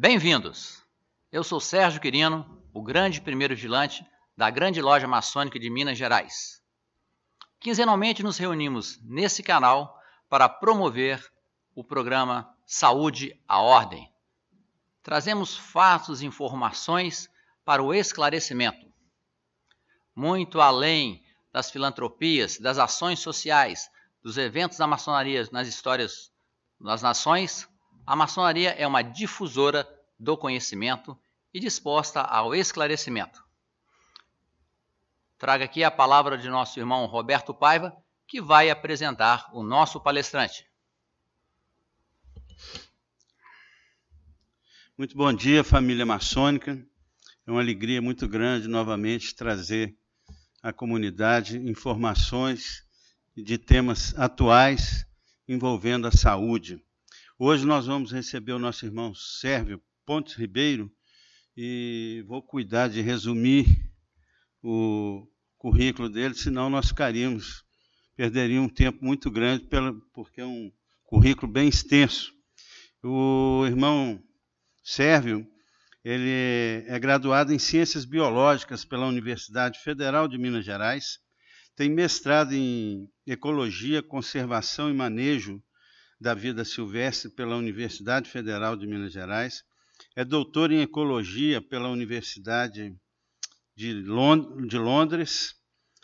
Bem-vindos! Eu sou Sérgio Quirino, o grande primeiro vigilante da grande loja maçônica de Minas Gerais. Quinzenalmente nos reunimos nesse canal para promover o programa Saúde à Ordem. Trazemos fatos e informações para o esclarecimento. Muito além das filantropias, das ações sociais, dos eventos da maçonaria nas histórias das nações, a maçonaria é uma difusora do conhecimento e disposta ao esclarecimento. Trago aqui a palavra de nosso irmão Roberto Paiva, que vai apresentar o nosso palestrante. Muito bom dia, família maçônica. É uma alegria muito grande novamente trazer à comunidade informações de temas atuais envolvendo a saúde. Hoje nós vamos receber o nosso irmão Sérvio Pontes Ribeiro e vou cuidar de resumir o currículo dele, senão nós perderíamos um tempo muito grande, porque é um currículo bem extenso. O irmão Sérvio, ele é graduado em Ciências Biológicas pela Universidade Federal de Minas Gerais, tem mestrado em Ecologia, Conservação e Manejo da Vida Silvestre pela Universidade Federal de Minas Gerais, é doutor em Ecologia pela Universidade de Londres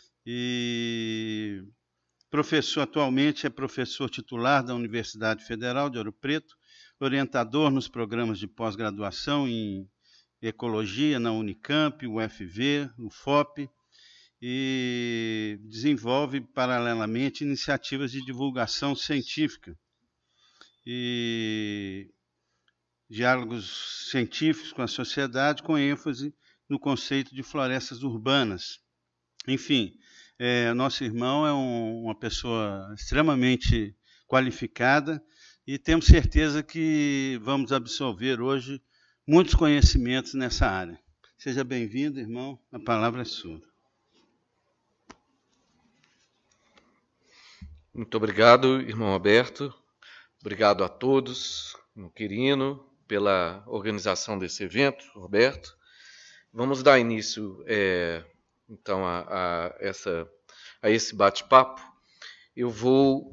e atualmente é professor titular da Universidade Federal de Ouro Preto, orientador nos programas de pós-graduação em Ecologia na Unicamp, UFV, UFOP, e desenvolve paralelamente iniciativas de divulgação científica e diálogos científicos com a sociedade, com ênfase no conceito de florestas urbanas. Enfim, nosso irmão é uma pessoa extremamente qualificada e temos certeza que vamos absorver hoje muitos conhecimentos nessa área. Seja bem-vindo, irmão, a palavra é sua. Muito obrigado, irmão Roberto. Obrigado a todos, irmão Quirino, pela organização desse evento, Roberto. Vamos dar início, então, a esse bate-papo. Eu vou...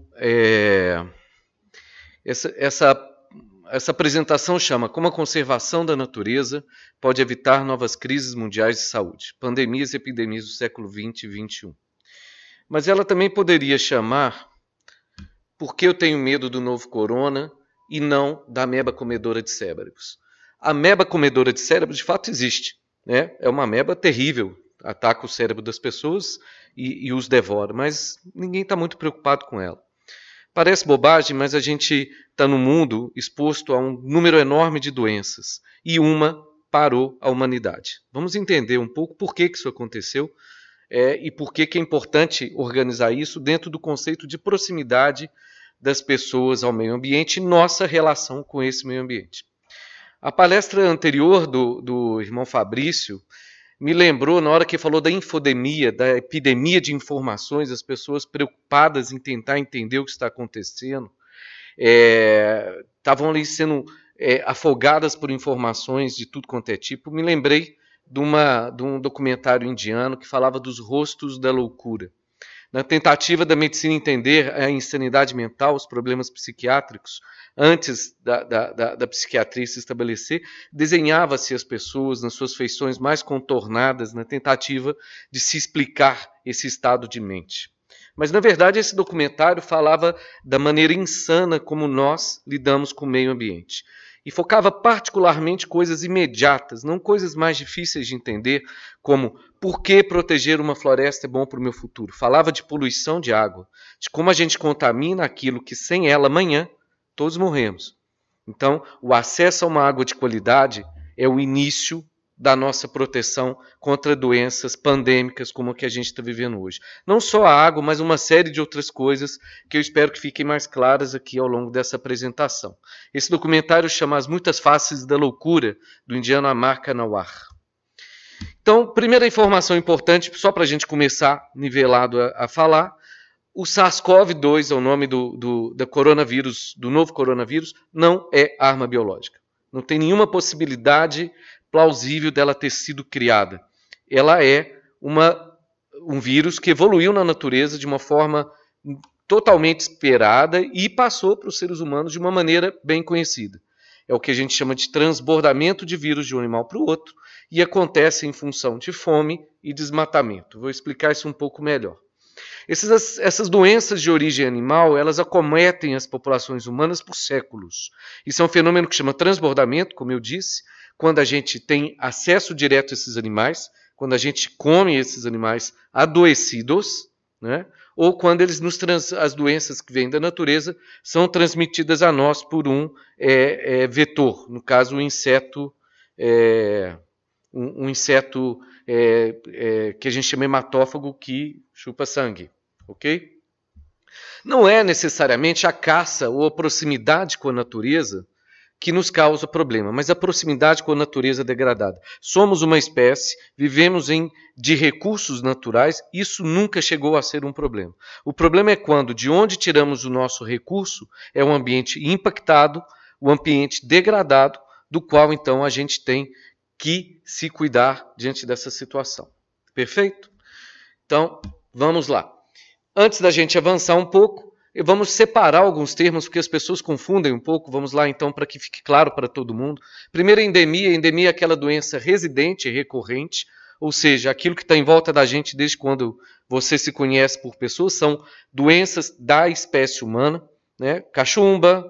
Essa apresentação chama Como a conservação da natureza pode evitar novas crises mundiais de saúde, pandemias e epidemias do século XX e XXI. Mas ela também poderia chamar Por que eu tenho medo do novo corona e não da ameba comedora de cérebros? A ameba comedora de cérebros de fato existe, né? É uma ameba terrível, ataca o cérebro das pessoas e os devora, mas ninguém está muito preocupado com ela. Parece bobagem, mas a gente está no mundo exposto a um número enorme de doenças e uma parou a humanidade. Vamos entender um pouco por que isso aconteceu e por que é importante organizar isso dentro do conceito de proximidade das pessoas ao meio ambiente e nossa relação com esse meio ambiente. A palestra anterior do irmão Fabrício me lembrou, na hora que falou da infodemia, da epidemia de informações, as pessoas preocupadas em tentar entender o que está acontecendo, estavam ali sendo afogadas por informações de tudo quanto é tipo. Me lembrei de um documentário indiano que falava dos rostos da loucura. Na tentativa da medicina entender a insanidade mental, os problemas psiquiátricos, antes da psiquiatria se estabelecer, desenhava-se as pessoas nas suas feições mais contornadas, na tentativa de se explicar esse estado de mente. Mas, na verdade, esse documentário falava da maneira insana como nós lidamos com o meio ambiente. E focava particularmente coisas imediatas, não coisas mais difíceis de entender, como por que proteger uma floresta é bom para o meu futuro. Falava de poluição de água, de como a gente contamina aquilo que sem ela amanhã todos morremos. Então, o acesso a uma água de qualidade é o início da nossa proteção contra doenças pandêmicas como a que a gente está vivendo hoje. Não só a água, mas uma série de outras coisas que eu espero que fiquem mais claras aqui ao longo dessa apresentação. Esse documentário chama As Muitas Faces da Loucura, do indiano Amar Kanawar. Então, primeira informação importante, só para a gente começar nivelado a falar, o SARS-CoV-2 é o nome do coronavírus, do novo coronavírus, não é arma biológica. Não tem nenhuma possibilidade plausível dela ter sido criada. Ela é um vírus que evoluiu na natureza de uma forma totalmente esperada e passou para os seres humanos de uma maneira bem conhecida. É o que a gente chama de transbordamento de vírus de um animal para o outro e acontece em função de fome e desmatamento. Vou explicar isso um pouco melhor. Essas doenças de origem animal, elas acometem as populações humanas por séculos. Isso é um fenômeno que chama transbordamento, como eu disse, quando a gente tem acesso direto a esses animais, quando a gente come esses animais adoecidos, né? Ou quando as doenças que vêm da natureza são transmitidas a nós por um vetor, no caso, um inseto que a gente chama hematófago, que chupa sangue. Ok? Não é necessariamente a caça ou a proximidade com a natureza que nos causa problema, mas a proximidade com a natureza degradada. Somos uma espécie, vivemos de recursos naturais, isso nunca chegou a ser um problema. O problema é quando, de onde tiramos o nosso recurso, é um ambiente impactado, um ambiente degradado, do qual, então, a gente tem que se cuidar diante dessa situação. Perfeito? Então, vamos lá. Antes da gente avançar um pouco, vamos separar alguns termos, porque as pessoas confundem um pouco. Vamos lá, então, para que fique claro para todo mundo. Primeiro, endemia. Endemia é aquela doença residente, recorrente, ou seja, aquilo que está em volta da gente desde quando você se conhece por pessoas. São doenças da espécie humana, né? Cachumba,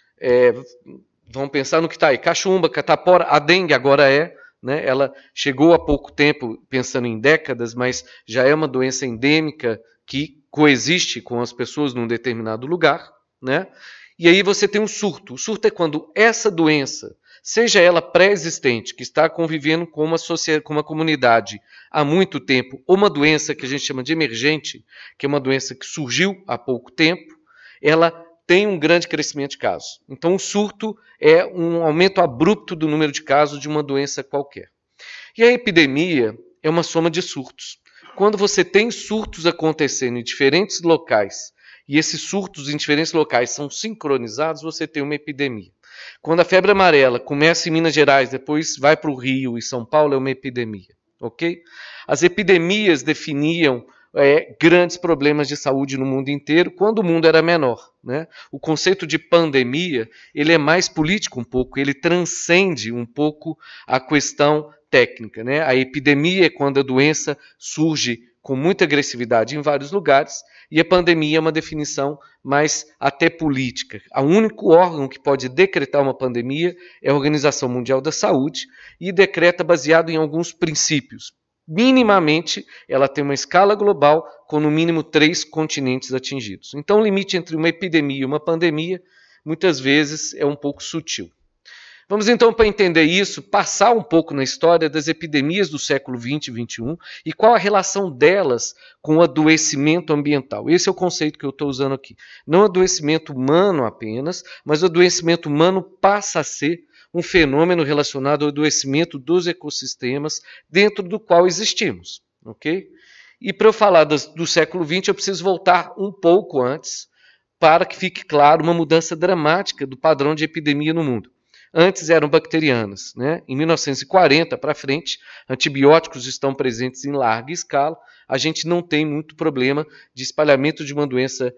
vamos pensar no que está aí. Cachumba, catapora, a dengue agora né? Ela chegou há pouco tempo, pensando em décadas, mas já é uma doença endêmica que coexiste com as pessoas num determinado lugar, né? E aí você tem um surto. O surto é quando essa doença, seja ela pré-existente, que está convivendo com uma comunidade há muito tempo, ou uma doença que a gente chama de emergente, que é uma doença que surgiu há pouco tempo, ela tem um grande crescimento de casos. Então, o surto é um aumento abrupto do número de casos de uma doença qualquer. E a epidemia é uma soma de surtos. Quando você tem surtos acontecendo em diferentes locais, e esses surtos em diferentes locais são sincronizados, você tem uma epidemia. Quando a febre amarela começa em Minas Gerais, depois vai para o Rio e São Paulo, é uma epidemia. Ok? As epidemias definiam grandes problemas de saúde no mundo inteiro, quando o mundo era menor, né? O conceito de pandemia, ele é mais político um pouco, ele transcende um pouco a questão técnica, né? A epidemia é quando a doença surge com muita agressividade em vários lugares, e a pandemia é uma definição mais até política. O único órgão que pode decretar uma pandemia é a Organização Mundial da Saúde, e decreta baseado em alguns princípios. Minimamente, ela tem uma escala global com no mínimo 3 continentes atingidos. Então, o limite entre uma epidemia e uma pandemia, muitas vezes, é um pouco sutil. Vamos então, para entender isso, passar um pouco na história das epidemias do século XX e XXI e qual a relação delas com o adoecimento ambiental. Esse é o conceito que eu estou usando aqui. Não adoecimento humano apenas, mas o adoecimento humano passa a ser um fenômeno relacionado ao adoecimento dos ecossistemas dentro do qual existimos. Okay? E para eu falar do século XX, eu preciso voltar um pouco antes para que fique claro uma mudança dramática do padrão de epidemia no mundo. Antes eram bacterianas. Né? Em 1940 para frente, antibióticos estão presentes em larga escala. A gente não tem muito problema de espalhamento de uma doença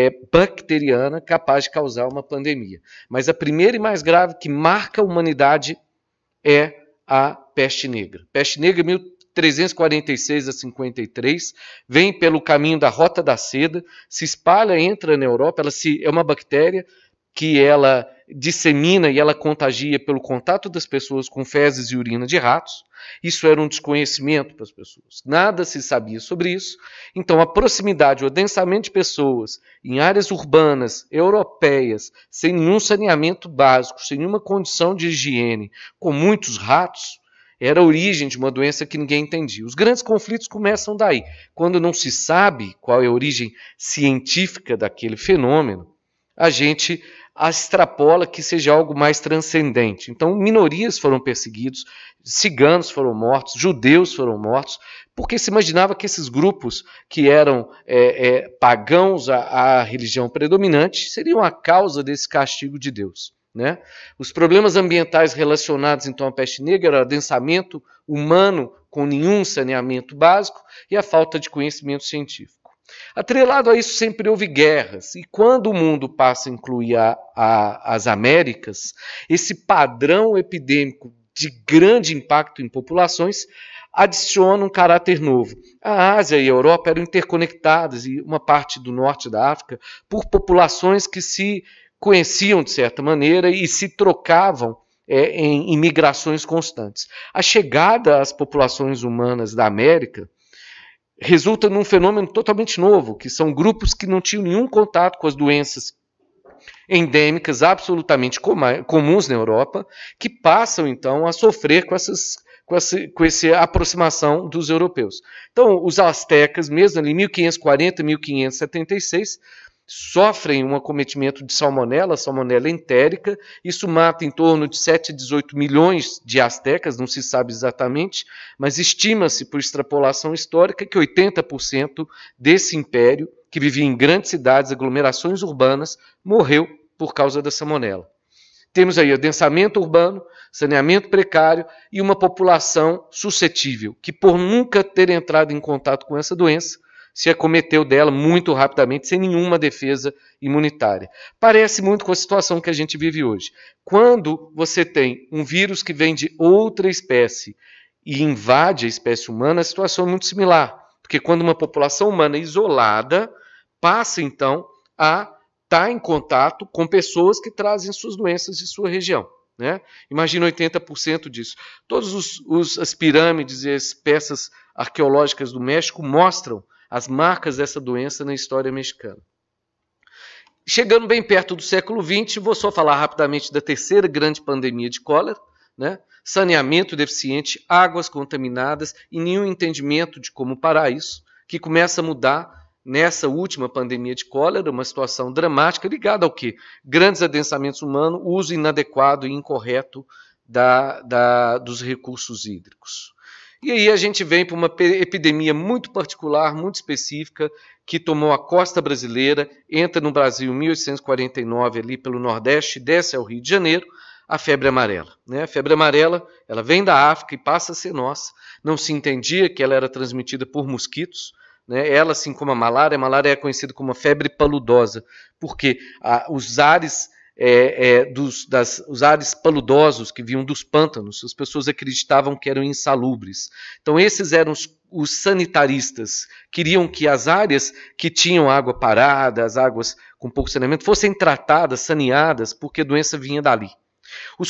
bacteriana capaz de causar uma pandemia. Mas a primeira e mais grave que marca a humanidade é a peste negra. Peste negra, 1346 a 53, vem pelo caminho da Rota da Seda, se espalha, entra na Europa, é uma bactéria que ela dissemina e ela contagia pelo contato das pessoas com fezes e urina de ratos. Isso era um desconhecimento para as pessoas. Nada se sabia sobre isso. Então, a proximidade, o adensamento de pessoas em áreas urbanas, europeias, sem nenhum saneamento básico, sem nenhuma condição de higiene, com muitos ratos, era a origem de uma doença que ninguém entendia. Os grandes conflitos começam daí. Quando não se sabe qual é a origem científica daquele fenômeno, a gente extrapola que seja algo mais transcendente. Então, minorias foram perseguidos, ciganos foram mortos, judeus foram mortos, porque se imaginava que esses grupos que eram pagãos à religião predominante seriam a causa desse castigo de Deus. né? Os problemas ambientais relacionados, então, à peste negra eram o adensamento humano com nenhum saneamento básico e a falta de conhecimento científico. Atrelado a isso, sempre houve guerras, e quando o mundo passa a incluir as Américas, esse padrão epidêmico de grande impacto em populações adiciona um caráter novo. A Ásia e a Europa eram interconectadas, e uma parte do norte da África, por populações que se conheciam de certa maneira e se trocavam em imigrações constantes. A chegada às populações humanas da América resulta num fenômeno totalmente novo, que são grupos que não tinham nenhum contato com as doenças endêmicas absolutamente comuns na Europa, que passam então a sofrer com essa aproximação dos europeus. Então, os astecas, mesmo ali em 1540, 1576, sofrem um acometimento de salmonela entérica. Isso mata em torno de 7 a 18 milhões de astecas, não se sabe exatamente, mas estima-se, por extrapolação histórica, que 80% desse império, que vivia em grandes cidades, aglomerações urbanas, morreu por causa da salmonela. Temos aí adensamento urbano, saneamento precário e uma população suscetível, que por nunca ter entrado em contato com essa doença, se acometeu dela muito rapidamente, sem nenhuma defesa imunitária. Parece muito com a situação que a gente vive hoje. Quando você tem um vírus que vem de outra espécie e invade a espécie humana, a situação é muito similar. Porque quando uma população humana isolada passa, então, a estar em contato com pessoas que trazem suas doenças de sua região. Né? Imagina 80% disso. Todas as pirâmides e as peças arqueológicas do México mostram as marcas dessa doença na história mexicana. Chegando bem perto do século XX, vou só falar rapidamente da terceira grande pandemia de cólera, né? Saneamento deficiente, águas contaminadas e nenhum entendimento de como parar isso, que começa a mudar nessa última pandemia de cólera, uma situação dramática ligada ao quê? Grandes adensamentos humanos, uso inadequado e incorreto dos recursos hídricos. E aí a gente vem para uma epidemia muito particular, muito específica, que tomou a costa brasileira, entra no Brasil em 1849, ali pelo Nordeste, desce ao Rio de Janeiro, a febre amarela. Né? A febre amarela, ela vem da África e passa a ser nossa. Não se entendia que ela era transmitida por mosquitos. Né? Ela, assim como a malária é conhecida como a febre paludosa, porque os ares os ares paludosos que vinham dos pântanos, as pessoas acreditavam que eram insalubres. Então esses eram os sanitaristas, queriam que as áreas que tinham água parada, as águas com pouco saneamento, fossem tratadas, saneadas, porque a doença vinha dali. Os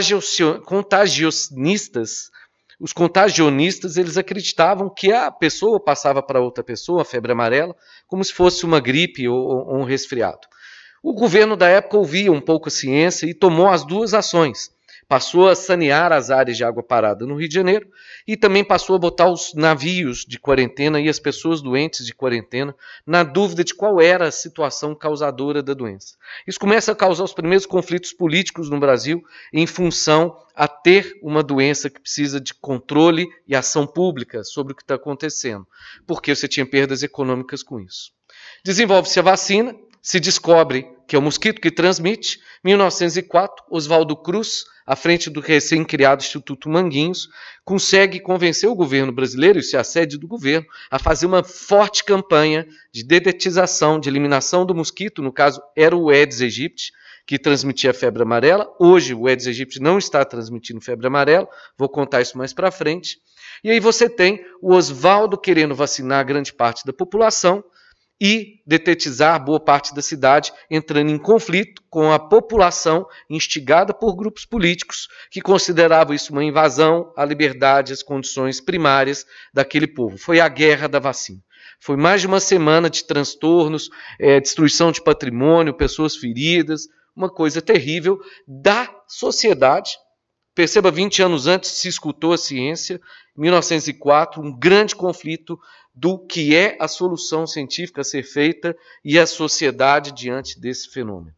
contagionistas, eles acreditavam que a pessoa passava para outra pessoa, a febre amarela, como se fosse uma gripe ou um resfriado. O governo da época ouvia um pouco a ciência e tomou as duas ações. Passou a sanear as áreas de água parada no Rio de Janeiro e também passou a botar os navios de quarentena e as pessoas doentes de quarentena na dúvida de qual era a situação causadora da doença. Isso começa a causar os primeiros conflitos políticos no Brasil em função a ter uma doença que precisa de controle e ação pública sobre o que está acontecendo, porque você tinha perdas econômicas com isso. Desenvolve-se a vacina, se descobre que é o mosquito que transmite. Em 1904, Oswaldo Cruz, à frente do recém-criado Instituto Manguinhos, consegue convencer o governo brasileiro, isso é a sede do governo, a fazer uma forte campanha de dedetização, de eliminação do mosquito. No caso, era o Aedes aegypti, que transmitia a febre amarela. Hoje, o Aedes aegypti não está transmitindo febre amarela, vou contar isso mais para frente. E aí você tem o Oswaldo querendo vacinar grande parte da população, e detetizar boa parte da cidade, entrando em conflito com a população instigada por grupos políticos que consideravam isso uma invasão à liberdade, às condições primárias daquele povo. Foi a guerra da vacina. Foi mais de uma semana de transtornos, destruição de patrimônio, pessoas feridas, uma coisa terrível da sociedade. Perceba, 20 anos antes se escutou a ciência, em 1904, um grande conflito do que é a solução científica a ser feita e a sociedade diante desse fenômeno.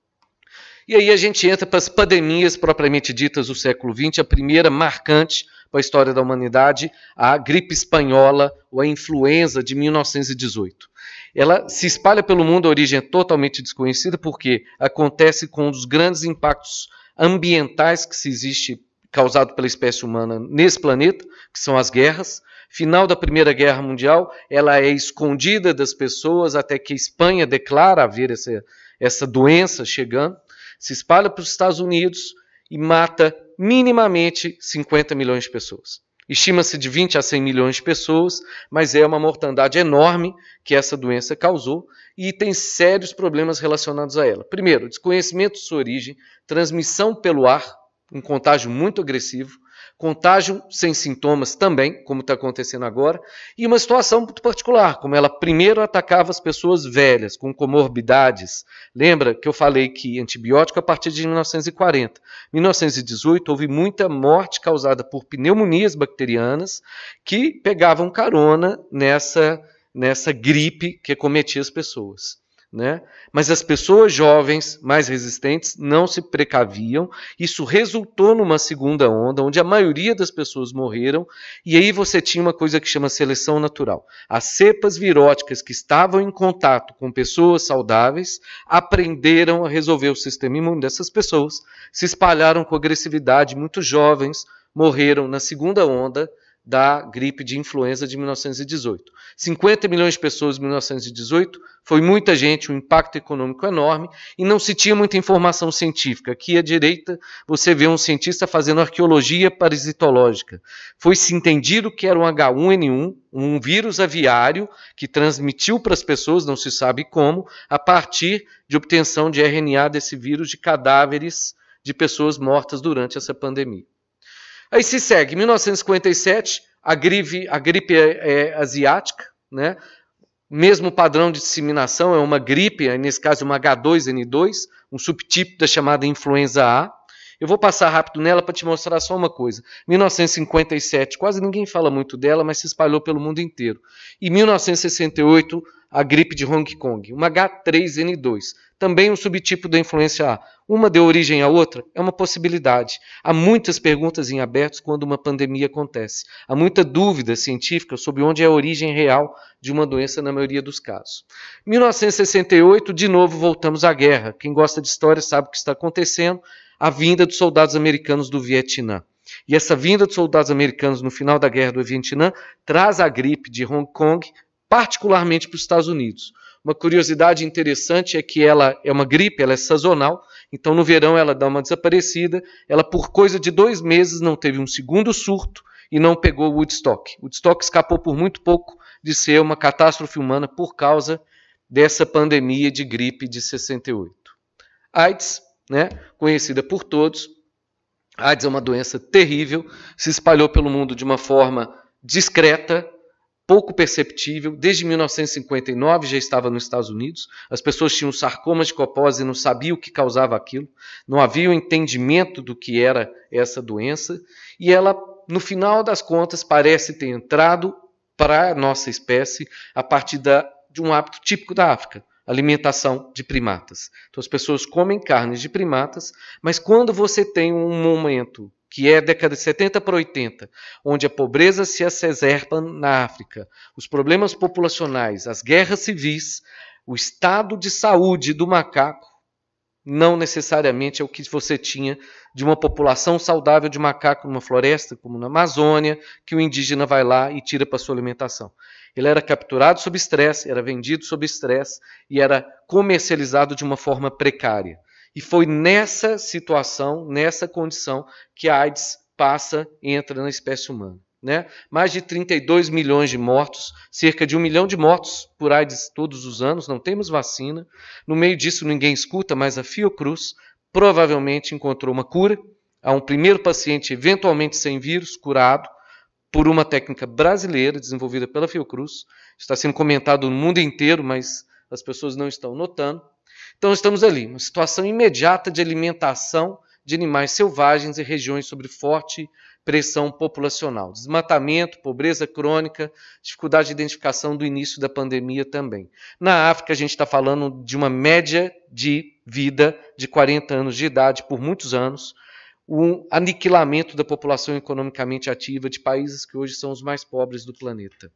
E aí a gente entra para as pandemias propriamente ditas do século XX, a primeira marcante, a para a história da humanidade, a gripe espanhola ou a influenza de 1918. Ela se espalha pelo mundo, a origem é totalmente desconhecida, porque acontece com um dos grandes impactos ambientais que se existe causado pela espécie humana nesse planeta, que são as guerras. Final da Primeira Guerra Mundial, ela é escondida das pessoas até que a Espanha declara haver essa doença chegando, se espalha para os Estados Unidos e mata minimamente 50 milhões de pessoas. Estima-se de 20 a 100 milhões de pessoas, mas é uma mortandade enorme que essa doença causou e tem sérios problemas relacionados a ela. Primeiro, desconhecimento de sua origem, transmissão pelo ar, um contágio muito agressivo, contágio sem sintomas também, como está acontecendo agora, e uma situação muito particular, como ela primeiro atacava as pessoas velhas, com comorbidades. Lembra que eu falei que antibiótico a partir de 1940. Em 1918 houve muita morte causada por pneumonias bacterianas que pegavam carona nessa gripe que acometia as pessoas. Né? Mas as pessoas jovens, mais resistentes, não se precaviam. Isso resultou numa segunda onda, onde a maioria das pessoas morreram, e aí você tinha uma coisa que chama seleção natural. As cepas viróticas que estavam em contato com pessoas saudáveis aprenderam a resolver o sistema imune dessas pessoas, se espalharam com agressividade, muitos jovens morreram na segunda onda da gripe de influenza de 1918. 50 milhões de pessoas em 1918 foi muita gente, um impacto econômico enorme, e não se tinha muita informação científica. Aqui à direita você vê um cientista fazendo arqueologia parasitológica. Foi-se entendido que era um H1N1, um vírus aviário que transmitiu para as pessoas, não se sabe como, a partir de obtenção de RNA desse vírus de cadáveres de pessoas mortas durante essa pandemia. Aí se segue, em 1957, a gripe é asiática, né? Mesmo padrão de disseminação, é uma gripe, nesse caso uma H2N2, um subtipo da chamada influenza A. Eu vou passar rápido nela para te mostrar só uma coisa. 1957, quase ninguém fala muito dela, mas se espalhou pelo mundo inteiro. E 1968, a gripe de Hong Kong, uma H3N2, também um subtipo da influenza A. Uma deu origem à outra? É uma possibilidade. Há muitas perguntas em aberto quando uma pandemia acontece. Há muita dúvida científica sobre onde é a origem real de uma doença na maioria dos casos. 1968, de novo, voltamos à guerra. Quem gosta de história sabe o que está acontecendo. A vinda dos soldados americanos do Vietnã. E essa vinda dos soldados americanos no final da guerra do Vietnã traz a gripe de Hong Kong, particularmente para os Estados Unidos. Uma curiosidade interessante é que ela é uma gripe, ela é sazonal, então no verão ela dá uma desaparecida, ela por coisa de 2 meses não teve um segundo surto e não pegou o Woodstock. O Woodstock escapou por muito pouco de ser uma catástrofe humana por causa dessa pandemia de gripe de 68. AIDS, né, conhecida por todos, AIDS é uma doença terrível, se espalhou pelo mundo de uma forma discreta, pouco perceptível. Desde 1959 já estava nos Estados Unidos. As pessoas tinham sarcomas de Kaposi e não sabiam o que causava aquilo. Não havia um entendimento do que era essa doença. E ela, no final das contas, parece ter entrado para a nossa espécie a partir de um hábito típico da África. Alimentação de primatas. Então as pessoas comem carnes de primatas, mas quando você tem um momento que é a década de 70 para 80, onde a pobreza se exacerba na África, os problemas populacionais, as guerras civis, o estado de saúde do macaco, não necessariamente é o que você tinha de uma população saudável de macaco numa floresta, como na Amazônia, que o indígena vai lá e tira para sua alimentação. Ele era capturado sob estresse, era vendido sob estresse e era comercializado de uma forma precária. E foi nessa situação, nessa condição, que a AIDS entra na espécie humana. Né? Mais de 32 milhões de mortos, cerca de 1 milhão de mortos por AIDS todos os anos, não temos vacina. No meio disso ninguém escuta, mas a Fiocruz provavelmente encontrou uma cura. Há um primeiro paciente eventualmente sem vírus, curado, por uma técnica brasileira desenvolvida pela Fiocruz. Está sendo comentado no mundo inteiro, mas as pessoas não estão notando. Então estamos ali, uma situação imediata de alimentação de animais selvagens em regiões sob forte pressão populacional. Desmatamento, pobreza crônica, dificuldade de identificação do início da pandemia também. Na África a gente está falando de uma média de vida de 40 anos de idade por muitos anos. o aniquilamento da população economicamente ativa de países que hoje são os mais pobres do planeta.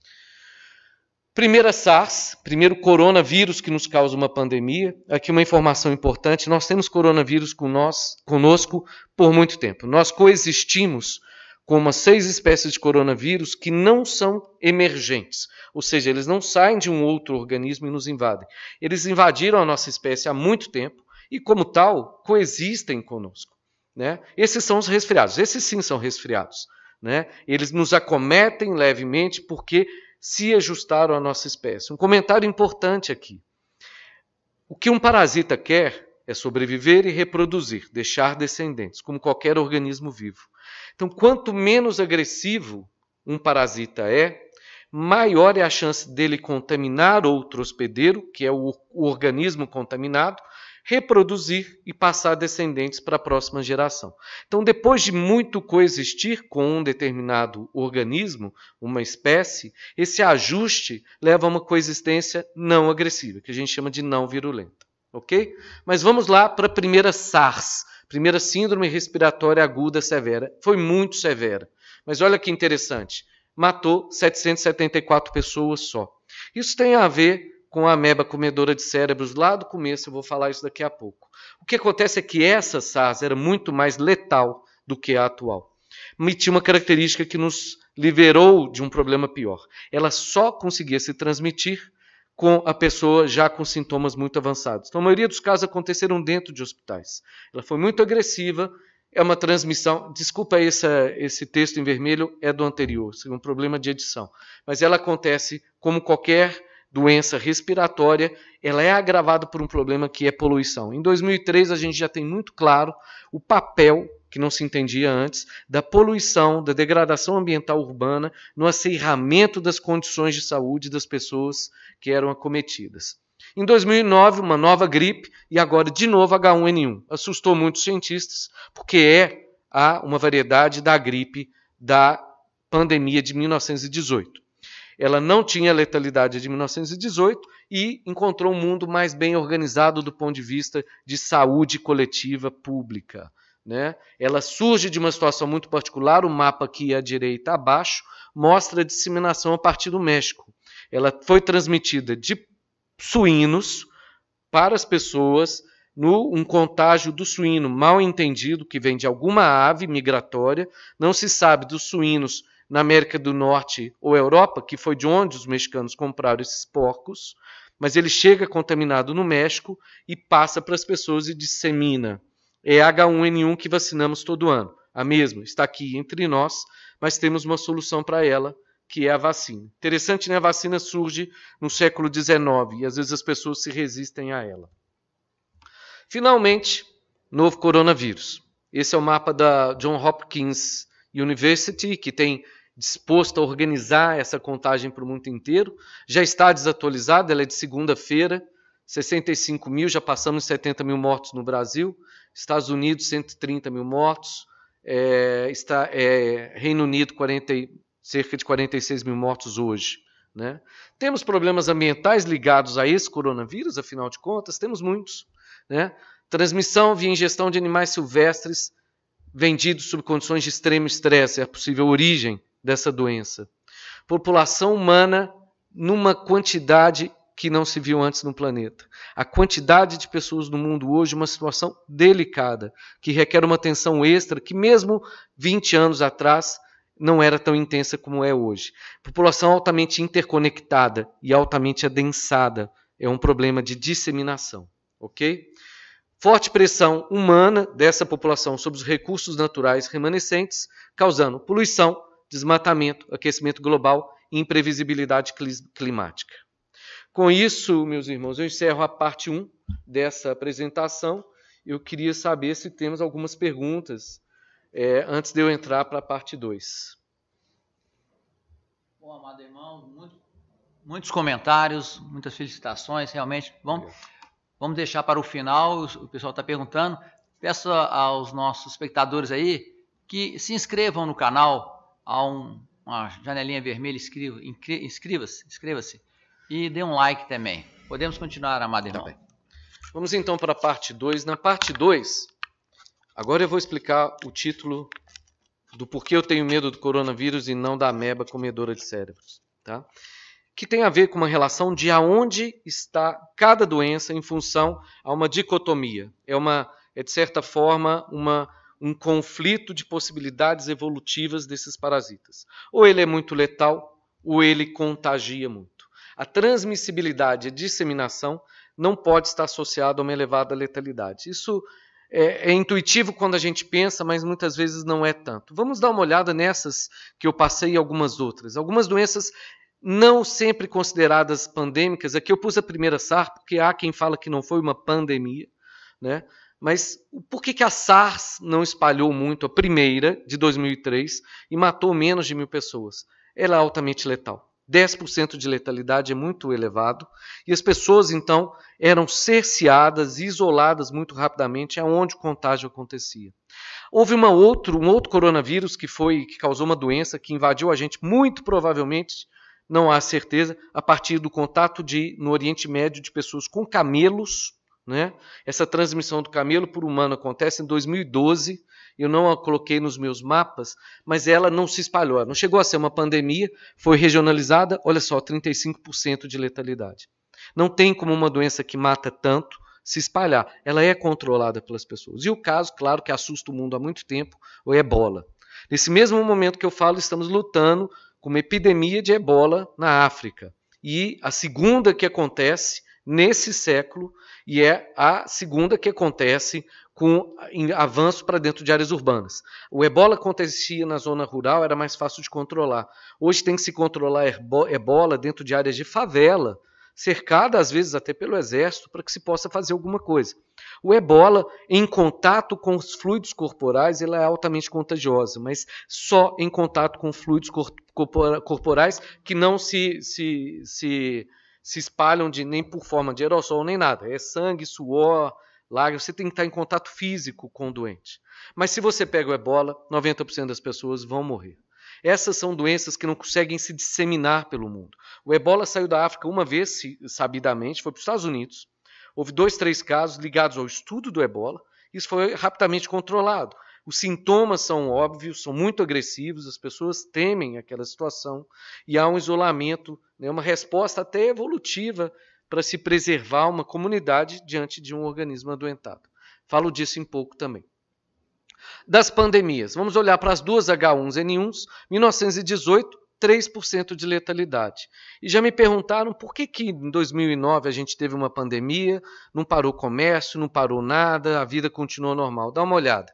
Primeira SARS, primeiro coronavírus que nos causa uma pandemia. Aqui uma informação importante, nós temos coronavírus conosco por muito tempo. Nós coexistimos com umas 6 espécies de coronavírus que não são emergentes, ou seja, eles não saem de um outro organismo e nos invadem. Eles invadiram a nossa espécie há muito tempo e, como tal, coexistem conosco. Né? Esses são os resfriados, esses sim são resfriados. Né? Eles nos acometem levemente porque se ajustaram à nossa espécie. Um comentário importante aqui. O que um parasita quer é sobreviver e reproduzir, deixar descendentes, como qualquer organismo vivo. Então, quanto menos agressivo um parasita é, maior é a chance dele contaminar outro hospedeiro, que é o organismo contaminado, reproduzir e passar descendentes para a próxima geração. Então, depois de muito coexistir com um determinado organismo, uma espécie, esse ajuste leva a uma coexistência não agressiva, que a gente chama de não virulenta. Ok? Mas vamos lá para a primeira SARS, primeira síndrome respiratória aguda severa. Foi muito severa. Mas olha que interessante, matou 774 pessoas só. Isso tem a ver com a ameba comedora de cérebros lá do começo, eu vou falar isso daqui a pouco. O que acontece é que essa SARS era muito mais letal do que a atual. E tinha uma característica que nos liberou de um problema pior. Ela só conseguia se transmitir com a pessoa já com sintomas muito avançados. Então, a maioria dos casos aconteceram dentro de hospitais. Ela foi muito agressiva, é uma transmissão... Desculpa esse texto em vermelho, é do anterior, é um problema de edição. Mas ela acontece como qualquer doença respiratória, ela é agravada por um problema que é poluição. Em 2003, a gente já tem muito claro o papel, que não se entendia antes, da poluição, da degradação ambiental urbana no acirramento das condições de saúde das pessoas que eram acometidas. Em 2009, uma nova gripe e agora de novo H1N1. Assustou muitos cientistas, porque é uma variedade da gripe da pandemia de 1918. Ela não tinha letalidade de 1918 e encontrou um mundo mais bem organizado do ponto de vista de saúde coletiva pública. Né? Ela surge de uma situação muito particular, o mapa aqui à direita abaixo mostra a disseminação a partir do México. Ela foi transmitida de suínos para as pessoas, um contágio do suíno mal entendido, que vem de alguma ave migratória, não se sabe dos suínos na América do Norte ou Europa, que foi de onde os mexicanos compraram esses porcos, mas ele chega contaminado no México e passa para as pessoas e dissemina. É H1N1 que vacinamos todo ano. A mesma está aqui entre nós, mas temos uma solução para ela, que é a vacina. Interessante, né? A vacina surge no século XIX e às vezes as pessoas se resistem a ela. Finalmente, novo coronavírus. Esse é o mapa da Johns Hopkins University, que tem disposto a organizar essa contagem para o mundo inteiro. Já está desatualizada, ela é de segunda-feira, 65 mil, já passamos 70 mil mortos no Brasil, Estados Unidos 130 mil mortos, Reino Unido cerca de 46 mil mortos hoje. Né? Temos problemas ambientais ligados a esse coronavírus, afinal de contas, temos muitos. Né? Transmissão via ingestão de animais silvestres vendidos sob condições de extremo estresse, é a possível origem dessa doença. População humana numa quantidade que não se viu antes no planeta. A quantidade de pessoas no mundo hoje é uma situação delicada, que requer uma atenção extra, que mesmo 20 anos atrás não era tão intensa como é hoje. População altamente interconectada e altamente adensada é um problema de disseminação. Ok? Forte pressão humana dessa população sobre os recursos naturais remanescentes, causando poluição, desmatamento, aquecimento global e imprevisibilidade climática. Com isso, meus irmãos, eu encerro a parte 1 dessa apresentação. Eu queria saber se temos algumas perguntas antes de eu entrar para a parte 2. Bom, amado irmão, muitos comentários, muitas felicitações, realmente. Vamos deixar para o final, o pessoal está perguntando. Peço aos nossos espectadores aí que se inscrevam no canal, há uma janelinha vermelha, inscreva-se e dê um like também. Podemos continuar, amado irmão. Vamos então para a parte 2. Na parte 2, Agora eu vou explicar o título do porquê eu tenho medo do coronavírus e não da ameba comedora de cérebros, tá? Que tem a ver com uma relação de aonde está cada doença em função a uma dicotomia. É de certa forma, um conflito de possibilidades evolutivas desses parasitas. Ou ele é muito letal, ou ele contagia muito. A transmissibilidade e a disseminação não pode estar associada a uma elevada letalidade. Isso é intuitivo quando a gente pensa, mas muitas vezes não é tanto. Vamos dar uma olhada nessas que eu passei e algumas outras. Algumas doenças não sempre consideradas pandêmicas. Aqui eu pus a primeira SARS, porque há quem fala que não foi uma pandemia, né? Mas por que a SARS não espalhou muito, a primeira, de 2003, e matou menos de 1.000 pessoas? Ela é altamente letal. 10% de letalidade é muito elevado, e as pessoas, então, eram cerceadas, isoladas muito rapidamente aonde o contágio acontecia. Houve um outro coronavírus que causou uma doença que invadiu a gente, muito provavelmente, não há certeza, a partir do contato no Oriente Médio de pessoas com camelos, né? Essa transmissão do camelo por humano acontece em 2012, eu não a coloquei nos meus mapas, mas ela não se espalhou, ela não chegou a ser uma pandemia, foi regionalizada, olha só, 35% de letalidade. Não tem como uma doença que mata tanto se espalhar, ela é controlada pelas pessoas. E o caso, claro, que assusta o mundo há muito tempo, o ebola. Nesse mesmo momento que eu falo, estamos lutando com uma epidemia de ebola na África. E a segunda que acontece nesse século, e é a segunda que acontece com avanço para dentro de áreas urbanas. O ebola acontecia na zona rural, era mais fácil de controlar. Hoje tem que se controlar ebola dentro de áreas de favela, cercada às vezes até pelo exército, para que se possa fazer alguma coisa. O ebola, em contato com os fluidos corporais, ela é altamente contagiosa, mas só em contato com fluidos corporais que não se espalham nem por forma de aerossol nem nada. É sangue, suor, lágrimas, você tem que estar em contato físico com o doente. Mas se você pega o ebola, 90% das pessoas vão morrer. Essas são doenças que não conseguem se disseminar pelo mundo. O ebola saiu da África uma vez, sabidamente, foi para os Estados Unidos. Houve 2, 3 casos ligados ao estudo do ebola. Isso foi rapidamente controlado. Os sintomas são óbvios, são muito agressivos, as pessoas temem aquela situação e há um isolamento, uma resposta até evolutiva para se preservar uma comunidade diante de um organismo adoentado. Falo disso em pouco também. Das pandemias, vamos olhar para as duas H1N1s, 1918, 3% de letalidade. E já me perguntaram por que em 2009 a gente teve uma pandemia, não parou o comércio, não parou nada, a vida continuou normal. Dá uma olhada,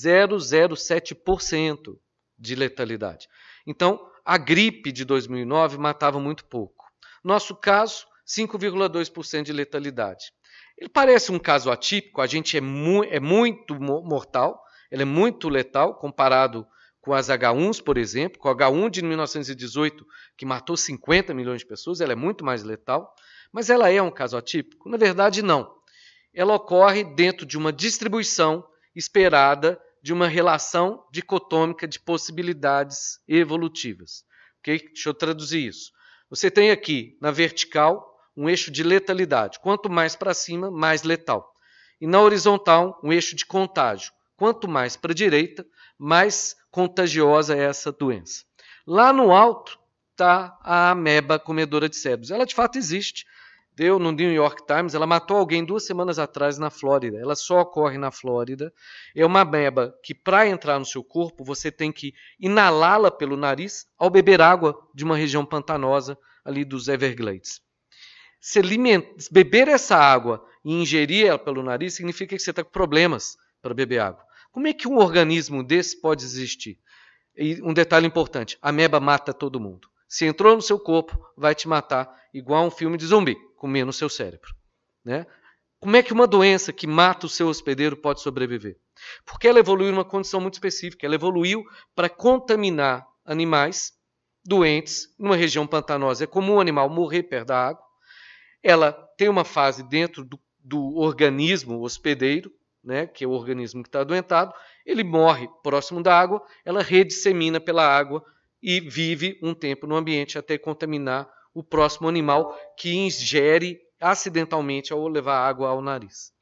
0,07% de letalidade. Então, a gripe de 2009 matava muito pouco. Nosso caso, 5,2% de letalidade. Ele parece um caso atípico, a gente é muito mortal, ela é muito letal comparado com as H1s, por exemplo, com a H1 de 1918, que matou 50 milhões de pessoas, ela é muito mais letal, mas ela é um caso atípico? Na verdade, não. Ela ocorre dentro de uma distribuição esperada de uma relação dicotômica de possibilidades evolutivas. Okay? Deixa eu traduzir isso. Você tem aqui, na vertical, um eixo de letalidade. Quanto mais para cima, mais letal. E na horizontal, um eixo de contágio. Quanto mais para a direita, mais contagiosa é essa doença. Lá no alto está a ameba comedora de cérebros. Ela de fato existe. Deu no New York Times, ela matou alguém 2 semanas atrás na Flórida. Ela só ocorre na Flórida. É uma ameba que, para entrar no seu corpo, você tem que inalá-la pelo nariz ao beber água de uma região pantanosa ali dos Everglades. Se beber essa água e ingerir ela pelo nariz, significa que você está com problemas para beber água. Como é que um organismo desse pode existir? E um detalhe importante, a ameba mata todo mundo. Se entrou no seu corpo, vai te matar, igual um filme de zumbi, comendo o seu cérebro. Né? Como é que uma doença que mata o seu hospedeiro pode sobreviver? Porque ela evoluiu numa condição muito específica. Ela evoluiu para contaminar animais doentes numa região pantanosa. É comum o animal morrer perto da água. Ela tem uma fase dentro do organismo hospedeiro, né, que é o organismo que está adoentado, ele morre próximo da água, ela redissemina pela água e vive um tempo no ambiente até contaminar o próximo animal que ingere acidentalmente ao levar água ao nariz.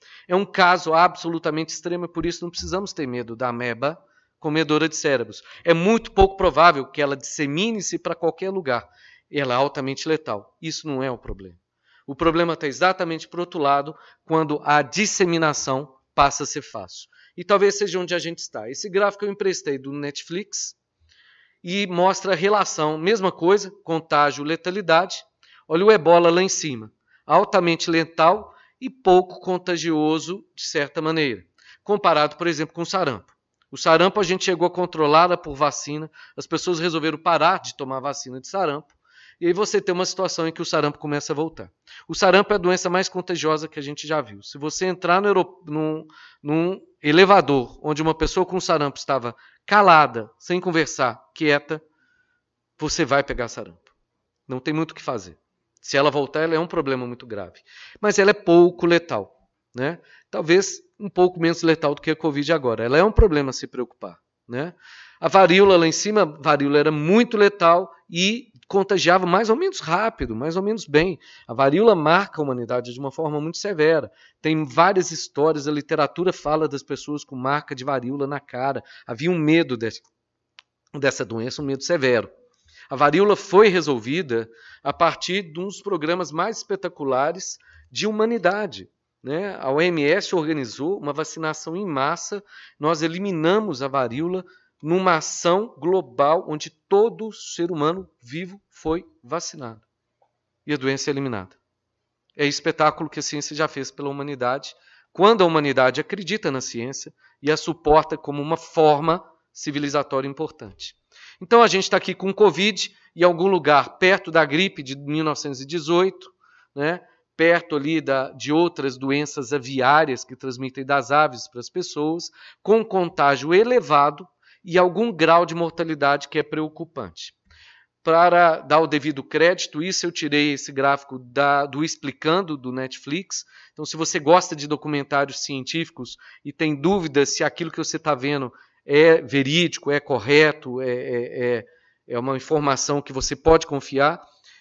É um caso absolutamente extremo, e por isso não precisamos ter medo da ameba comedora de cérebros. É muito pouco provável que ela dissemine-se para qualquer lugar. Ela é altamente letal. Isso não é o problema. O problema está exatamente para o outro lado, quando a disseminação passa a ser fácil. E talvez seja onde a gente está. Esse gráfico eu emprestei do Netflix e mostra a relação, mesma coisa, contágio, letalidade. Olha o ebola lá em cima. Altamente letal e pouco contagioso, de certa maneira. Comparado, por exemplo, com o sarampo. O sarampo a gente chegou a controlar por vacina. As pessoas resolveram parar de tomar vacina de sarampo. E aí você tem uma situação em que o sarampo começa a voltar. O sarampo é a doença mais contagiosa que a gente já viu. Se você entrar num elevador onde uma pessoa com sarampo estava calada, sem conversar, quieta, você vai pegar sarampo. Não tem muito o que fazer. Se ela voltar, ela é um problema muito grave. Mas ela é pouco letal, né? Talvez um pouco menos letal do que a Covid agora. Ela é um problema a se preocupar, né? A varíola lá em cima, a varíola era muito letal e contagiava mais ou menos rápido, mais ou menos bem. A varíola marca a humanidade de uma forma muito severa. Tem várias histórias, a literatura fala das pessoas com marca de varíola na cara. Havia um medo dessa doença, um medo severo. A varíola foi resolvida a partir de uns programas mais espetaculares de humanidade, né? A OMS organizou uma vacinação em massa, nós eliminamos a varíola numa ação global onde todo ser humano vivo foi vacinado. E a doença é eliminada. É espetáculo que a ciência já fez pela humanidade, quando a humanidade acredita na ciência e a suporta como uma forma civilizatória importante. Então a gente está aqui com o Covid, em algum lugar perto da gripe de 1918, né? Perto ali de outras doenças aviárias que transmitem das aves para as pessoas, com contágio elevado e algum grau de mortalidade que é preocupante. Para dar o devido crédito, isso eu tirei esse gráfico do Explicando, do Netflix. Então, se você gosta de documentários científicos e tem dúvidas se aquilo que você está vendo é verídico, é correto, é uma informação que você pode confiar,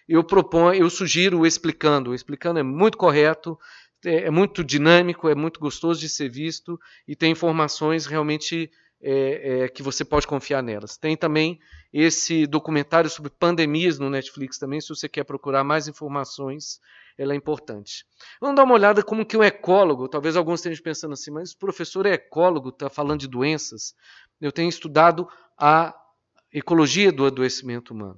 eu sugiro o Explicando. O Explicando é muito correto, é muito dinâmico, é muito gostoso de ser visto e tem informações realmente que você pode confiar nelas. Tem também esse documentário sobre pandemias no Netflix também, se você quer procurar mais informações, ela é importante. Vamos dar uma olhada como que um ecólogo, talvez alguns estejam pensando assim, mas o professor é ecólogo, está falando de doenças. Eu tenho estudado a ecologia do adoecimento humano.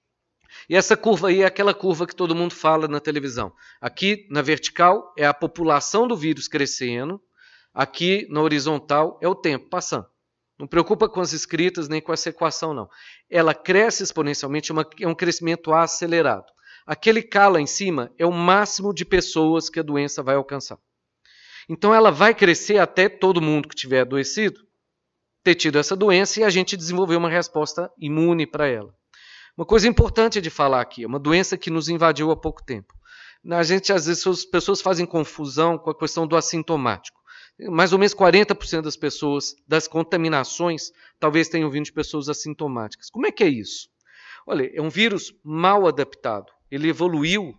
E essa curva aí é aquela curva que todo mundo fala na televisão. Aqui, na vertical, é a população do vírus crescendo. Aqui, na horizontal, é o tempo passando. Não preocupa com as escritas nem com essa equação, não. Ela cresce exponencialmente, é um crescimento acelerado. Aquele K lá em cima é o máximo de pessoas que a doença vai alcançar. Então ela vai crescer até todo mundo que tiver adoecido ter tido essa doença e a gente desenvolver uma resposta imune para ela. Uma coisa importante de falar aqui, é uma doença que nos invadiu há pouco tempo. Às vezes, as pessoas fazem confusão com a questão do assintomático. Mais ou menos 40% das pessoas, das contaminações, talvez tenham vindo de pessoas assintomáticas. Como é que é isso? Olha, é um vírus mal adaptado. Ele evoluiu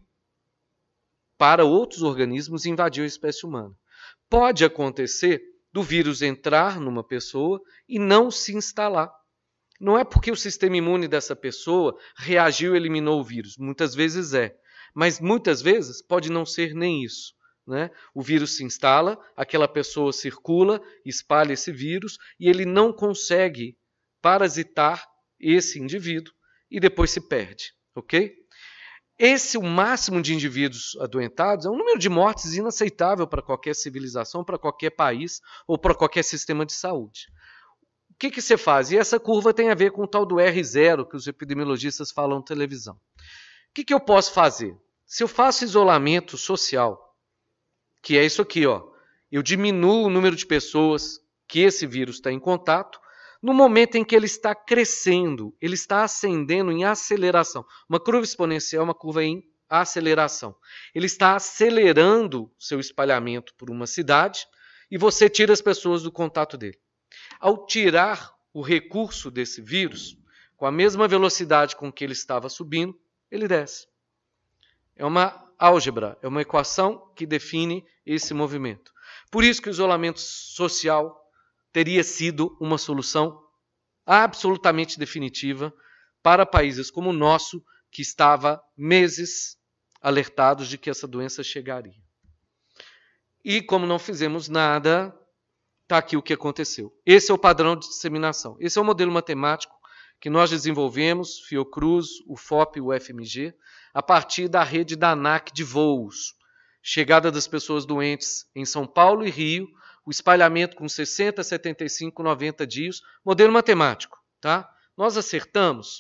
para outros organismos e invadiu a espécie humana. Pode acontecer do vírus entrar numa pessoa e não se instalar. Não é porque o sistema imune dessa pessoa reagiu e eliminou o vírus. Muitas vezes é. Mas muitas vezes pode não ser nem isso. Né? O vírus se instala, aquela pessoa circula, espalha esse vírus e ele não consegue parasitar esse indivíduo e depois se perde. Ok? O máximo de indivíduos adoentados é um número de mortes inaceitável para qualquer civilização, para qualquer país ou para qualquer sistema de saúde. O que você faz? E essa curva tem a ver com o tal do R0 que os epidemiologistas falam na televisão. O que eu posso fazer? Se eu faço isolamento social, que é isso aqui, ó, eu diminuo o número de pessoas que esse vírus está em contato, no momento em que ele está crescendo, ele está ascendendo em aceleração. Uma curva exponencial é uma curva em aceleração. Ele está acelerando seu espalhamento por uma cidade e você tira as pessoas do contato dele. Ao tirar o recurso desse vírus, com a mesma velocidade com que ele estava subindo, ele desce. É uma álgebra, é uma equação que define esse movimento. Por isso que o isolamento social teria sido uma solução absolutamente definitiva para países como o nosso, que estava meses alertados de que essa doença chegaria. E como não fizemos nada, está aqui o que aconteceu. Esse é o padrão de disseminação. Esse é o modelo matemático que nós desenvolvemos, Fiocruz, o FOP e o FMG, a partir da rede da ANAC de voos. Chegada das pessoas doentes em São Paulo e Rio, o espalhamento com 60, 75, 90 dias, modelo matemático. Tá? Nós acertamos?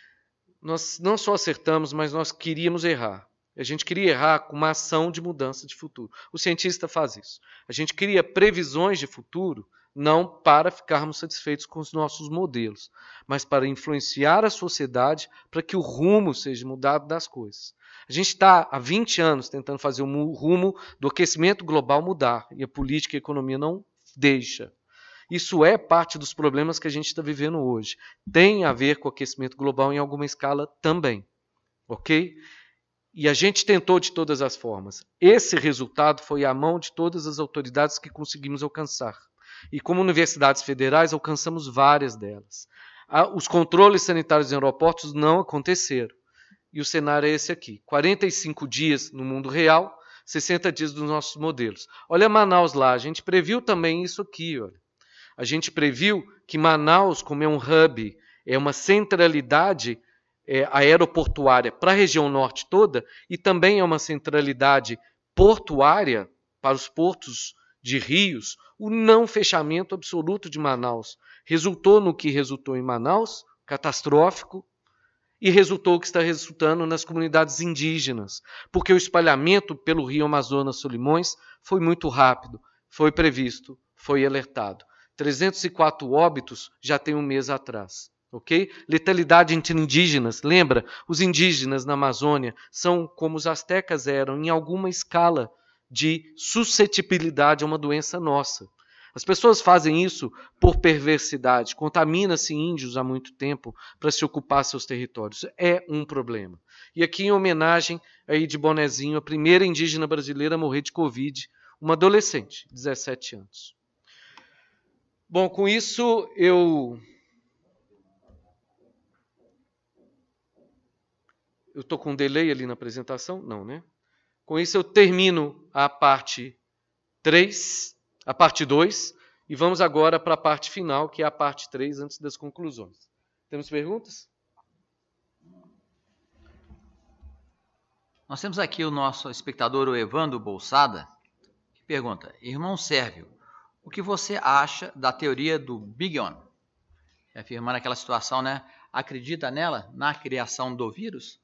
Nós não só acertamos, mas nós queríamos errar. A gente queria errar com uma ação de mudança de futuro. O cientista faz isso. A gente cria previsões de futuro não para ficarmos satisfeitos com os nossos modelos, mas para influenciar a sociedade para que o rumo seja mudado das coisas. A gente está há 20 anos tentando fazer o rumo do aquecimento global mudar e a política e a economia não deixa. Isso é parte dos problemas que a gente está vivendo hoje. Tem a ver com o aquecimento global em alguma escala também. Ok? E a gente tentou de todas as formas. Esse resultado foi à mão de todas as autoridades que conseguimos alcançar. E como universidades federais, alcançamos várias delas. Os controles sanitários em aeroportos não aconteceram. E o cenário é esse aqui. 45 dias no mundo real, 60 dias dos nossos modelos. Olha Manaus lá, a gente previu também isso aqui. Olha. A gente previu que Manaus, como é um hub, é uma centralidade aeroportuária para a região norte toda e também é uma centralidade portuária para os portos de rios, o não fechamento absoluto de Manaus resultou no que resultou em Manaus, catastrófico, e resultou o que está resultando nas comunidades indígenas, porque o espalhamento pelo rio Amazonas Solimões foi muito rápido, foi previsto, foi alertado. 304 óbitos já tem um mês atrás. Okay? Letalidade entre indígenas. Lembra? Os indígenas na Amazônia são como os astecas eram, em alguma escala de suscetibilidade a uma doença nossa. As pessoas fazem isso por perversidade. Contamina-se índios há muito tempo para se ocupar seus territórios. É um problema. E aqui, em homenagem aí de bonezinho, a primeira indígena brasileira a morrer de Covid, uma adolescente, 17 anos. Bom, com isso eu estou com um delay ali na apresentação? Não, né? Com isso eu termino a parte 3, a parte 2, e vamos agora para a parte final, que é a parte 3, antes das conclusões. Temos perguntas? Nós temos aqui o nosso espectador, o Evandro Bolsada, que pergunta: Irmão Sérvio, o que você acha da teoria do Big One? Afirmando aquela situação, né? Acredita nela, na criação do vírus?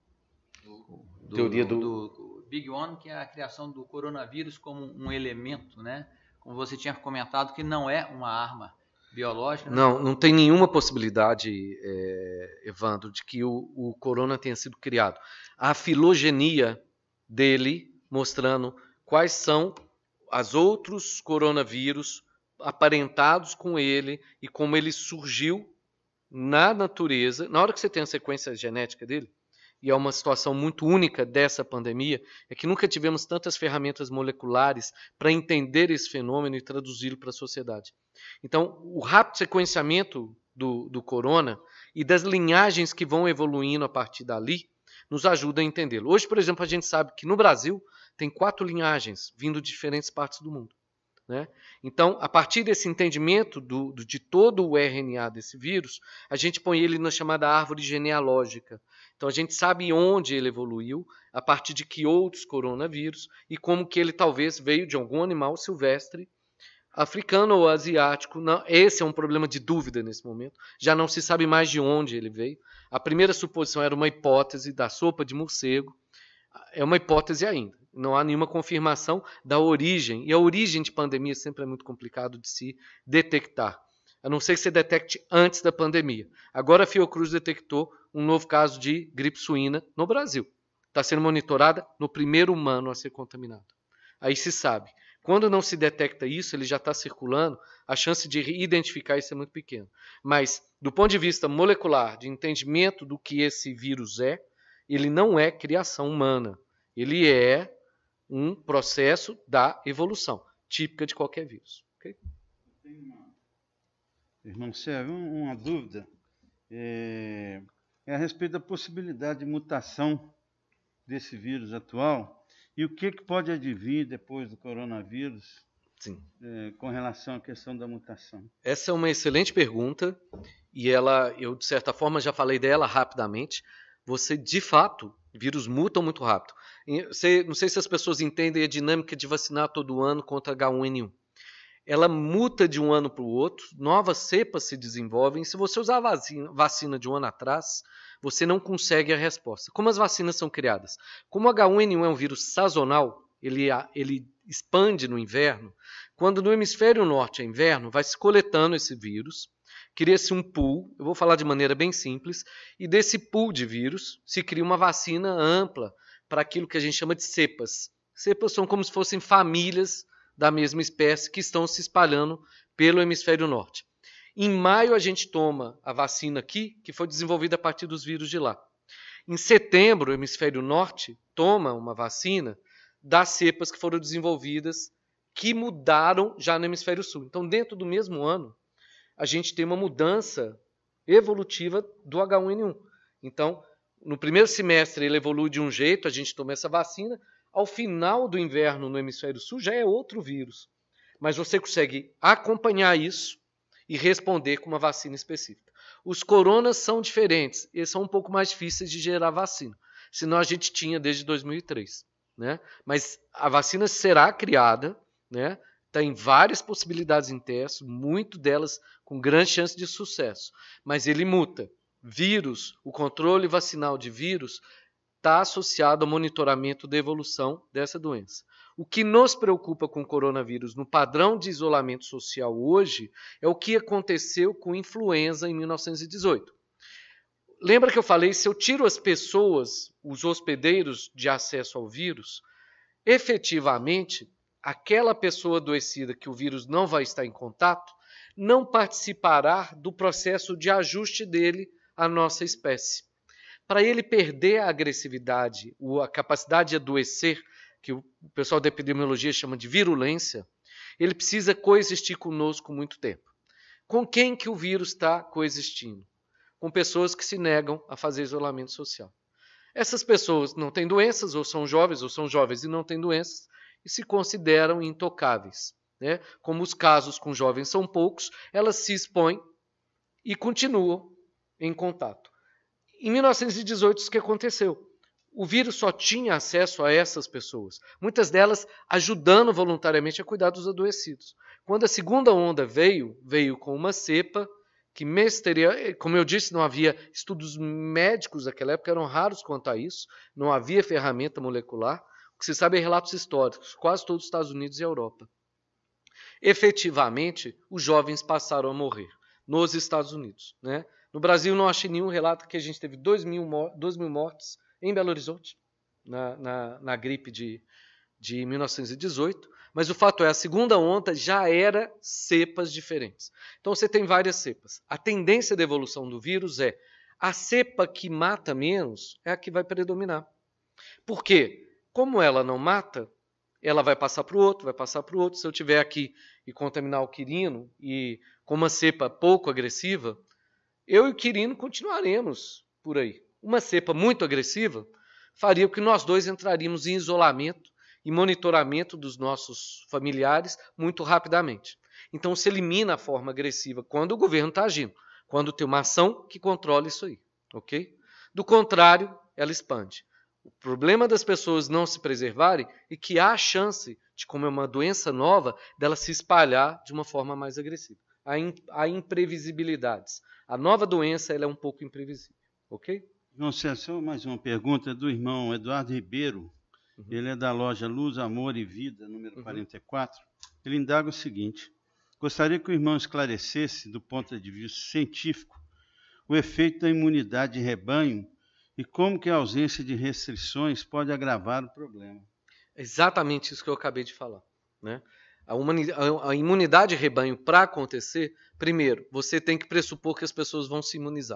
Teoria do Big One, que é a criação do coronavírus como um elemento, né? Como você tinha comentado, que não é uma arma biológica. Né? Não tem nenhuma possibilidade, Evandro, de que o corona tenha sido criado. A filogenia dele, mostrando quais são os outros coronavírus aparentados com ele e como ele surgiu na natureza. Na hora que você tem a sequência genética dele, e é uma situação muito única dessa pandemia, é que nunca tivemos tantas ferramentas moleculares para entender esse fenômeno e traduzi-lo para a sociedade. Então, o rápido sequenciamento do corona e das linhagens que vão evoluindo a partir dali nos ajuda a entendê-lo. Hoje, por exemplo, a gente sabe que no Brasil tem 4 linhagens vindo de diferentes partes do mundo. Né? Então, a partir desse entendimento de todo o RNA desse vírus, a gente põe ele na chamada árvore genealógica. Então, a gente sabe onde ele evoluiu, a partir de que outros coronavírus, e como que ele talvez veio de algum animal silvestre, africano ou asiático. Não, esse é um problema de dúvida nesse momento. Já não se sabe mais de onde ele veio. A primeira suposição era uma hipótese da sopa de morcego. É uma hipótese ainda. Não há nenhuma confirmação da origem. E a origem de pandemia sempre é muito complicado de se detectar. A não ser que você detecte antes da pandemia. Agora a Fiocruz detectou um novo caso de gripe suína no Brasil. Está sendo monitorada no primeiro humano a ser contaminado. Aí se sabe. Quando não se detecta isso, ele já está circulando, a chance de identificar isso é muito pequena. Mas, do ponto de vista molecular, de entendimento do que esse vírus é, ele não é criação humana. Ele é um processo da evolução. típica de qualquer vírus. Okay? Irmão Sérgio, uma dúvida é a respeito da possibilidade de mutação desse vírus atual e o que pode advir depois do coronavírus. Sim. Com relação à questão da mutação. Essa é uma excelente pergunta e eu, de certa forma, já falei dela rapidamente. De fato, vírus mutam muito rápido. Não sei se as pessoas entendem a dinâmica de vacinar todo ano contra H1N1. Ela muta de um ano para o outro, novas cepas se desenvolvem. Se você usar a vacina de um ano atrás, você não consegue a resposta. Como as vacinas são criadas? Como o H1N1 é um vírus sazonal, ele expande no inverno. Quando no hemisfério norte é inverno, vai se coletando esse vírus, cria-se um pool, eu vou falar de maneira bem simples, e desse pool de vírus se cria uma vacina ampla para aquilo que a gente chama de cepas. Cepas são como se fossem famílias da mesma espécie que estão se espalhando pelo hemisfério norte. Em maio a gente toma a vacina aqui, que foi desenvolvida a partir dos vírus de lá. Em setembro, o hemisfério norte toma uma vacina das cepas que foram desenvolvidas, que mudaram já no hemisfério sul. Então, dentro do mesmo ano, a gente tem uma mudança evolutiva do H1N1. Então, no primeiro semestre ele evolui de um jeito, a gente toma essa vacina, ao final do inverno no hemisfério sul já é outro vírus. Mas você consegue acompanhar isso e responder com uma vacina específica. Os coronas são diferentes, eles são um pouco mais difíceis de gerar vacina, senão a gente tinha desde 2003. Né? Mas a vacina será criada, né? Tem várias possibilidades em teste, muito delas com grande chance de sucesso, mas ele muta. Vírus, o controle vacinal de vírus está associado ao monitoramento da evolução dessa doença. O que nos preocupa com o coronavírus no padrão de isolamento social hoje é o que aconteceu com influenza em 1918. Lembra que eu falei, se eu tiro as pessoas, os hospedeiros de acesso ao vírus, efetivamente, aquela pessoa adoecida que o vírus não vai estar em contato, não participará do processo de ajuste dele à nossa espécie. Para ele perder a agressividade, a capacidade de adoecer, que o pessoal da epidemiologia chama de virulência, ele precisa coexistir conosco muito tempo. Com quem que o vírus está coexistindo? Com pessoas que se negam a fazer isolamento social. Essas pessoas não têm doenças, ou são jovens e não têm doenças, e se consideram intocáveis. Né? Como os casos com jovens são poucos, elas se expõem e continuam em contato. Em 1918, isso que aconteceu. O vírus só tinha acesso a essas pessoas, muitas delas ajudando voluntariamente a cuidar dos adoecidos. Quando a segunda onda veio com uma cepa que, como eu disse, não havia estudos médicos naquela época, eram raros quanto a isso, não havia ferramenta molecular. O que se sabe é relatos históricos, quase todos os Estados Unidos e Europa. Efetivamente, os jovens passaram a morrer nos Estados Unidos. Né? No Brasil, não achei nenhum relato que a gente teve 2 mil mortes em Belo Horizonte, na gripe de 1918. Mas o fato é, a segunda onda já era cepas diferentes. Então, você tem várias cepas. A tendência da evolução do vírus é a cepa que mata menos é a que vai predominar. Por quê? Como ela não mata, ela vai passar para o outro, vai passar para o outro. Se eu estiver aqui e contaminar o quirino, e com uma cepa pouco agressiva, eu e o quirino continuaremos por aí. Uma cepa muito agressiva faria com que nós dois entraríamos em isolamento e monitoramento dos nossos familiares muito rapidamente. Então se elimina a forma agressiva quando o governo está agindo, quando tem uma ação que controla isso aí. Okay? Do contrário, ela expande. O problema das pessoas não se preservarem é que há a chance de, como é uma doença nova, dela se espalhar de uma forma mais agressiva. Há imprevisibilidades. A nova doença ela é um pouco imprevisível. Ok? Não sei, só mais uma pergunta do irmão Eduardo Ribeiro. Ele é da loja Luz, Amor e Vida, número 44. Ele indaga o seguinte: gostaria que o irmão esclarecesse, do ponto de vista científico, o efeito da imunidade de rebanho e como que a ausência de restrições pode agravar o problema. Exatamente isso que eu acabei de falar. Né? A imunidade de rebanho, para acontecer, primeiro, você tem que pressupor que as pessoas vão se imunizar.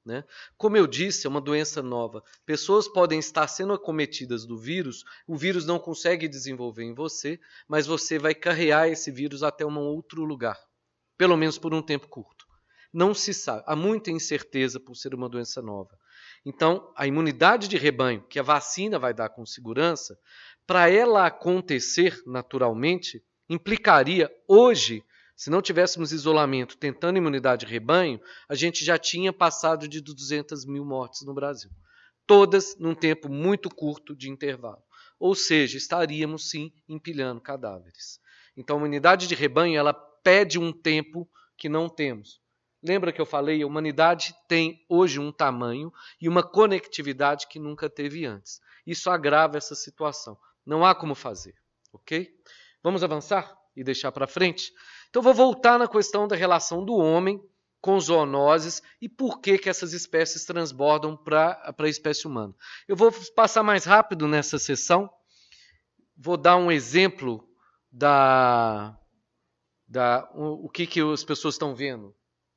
né? Como eu disse, é uma doença nova. Pessoas podem estar sendo acometidas do vírus, o vírus não consegue desenvolver em você, mas você vai carrear esse vírus até um outro lugar, pelo menos por um tempo curto. Não se sabe, há muita incerteza por ser uma doença nova. Então, a imunidade de rebanho, que a vacina vai dar com segurança, para ela acontecer naturalmente, implicaria hoje, se não tivéssemos isolamento tentando imunidade de rebanho, a gente já tinha passado de 200 mil mortes no Brasil. Todas num tempo muito curto de intervalo. Ou seja, estaríamos sim empilhando cadáveres. Então a imunidade de rebanho ela pede um tempo que não temos. Lembra que eu falei? A humanidade tem hoje um tamanho e uma conectividade que nunca teve antes. Isso agrava essa situação. Não há como fazer. Ok? Vamos avançar e deixar para frente? Então, vou voltar na questão da relação do homem com zoonoses e por que essas espécies transbordam para a espécie humana. Eu vou passar mais rápido nessa sessão. Vou dar um exemplo o que as pessoas estão vendo.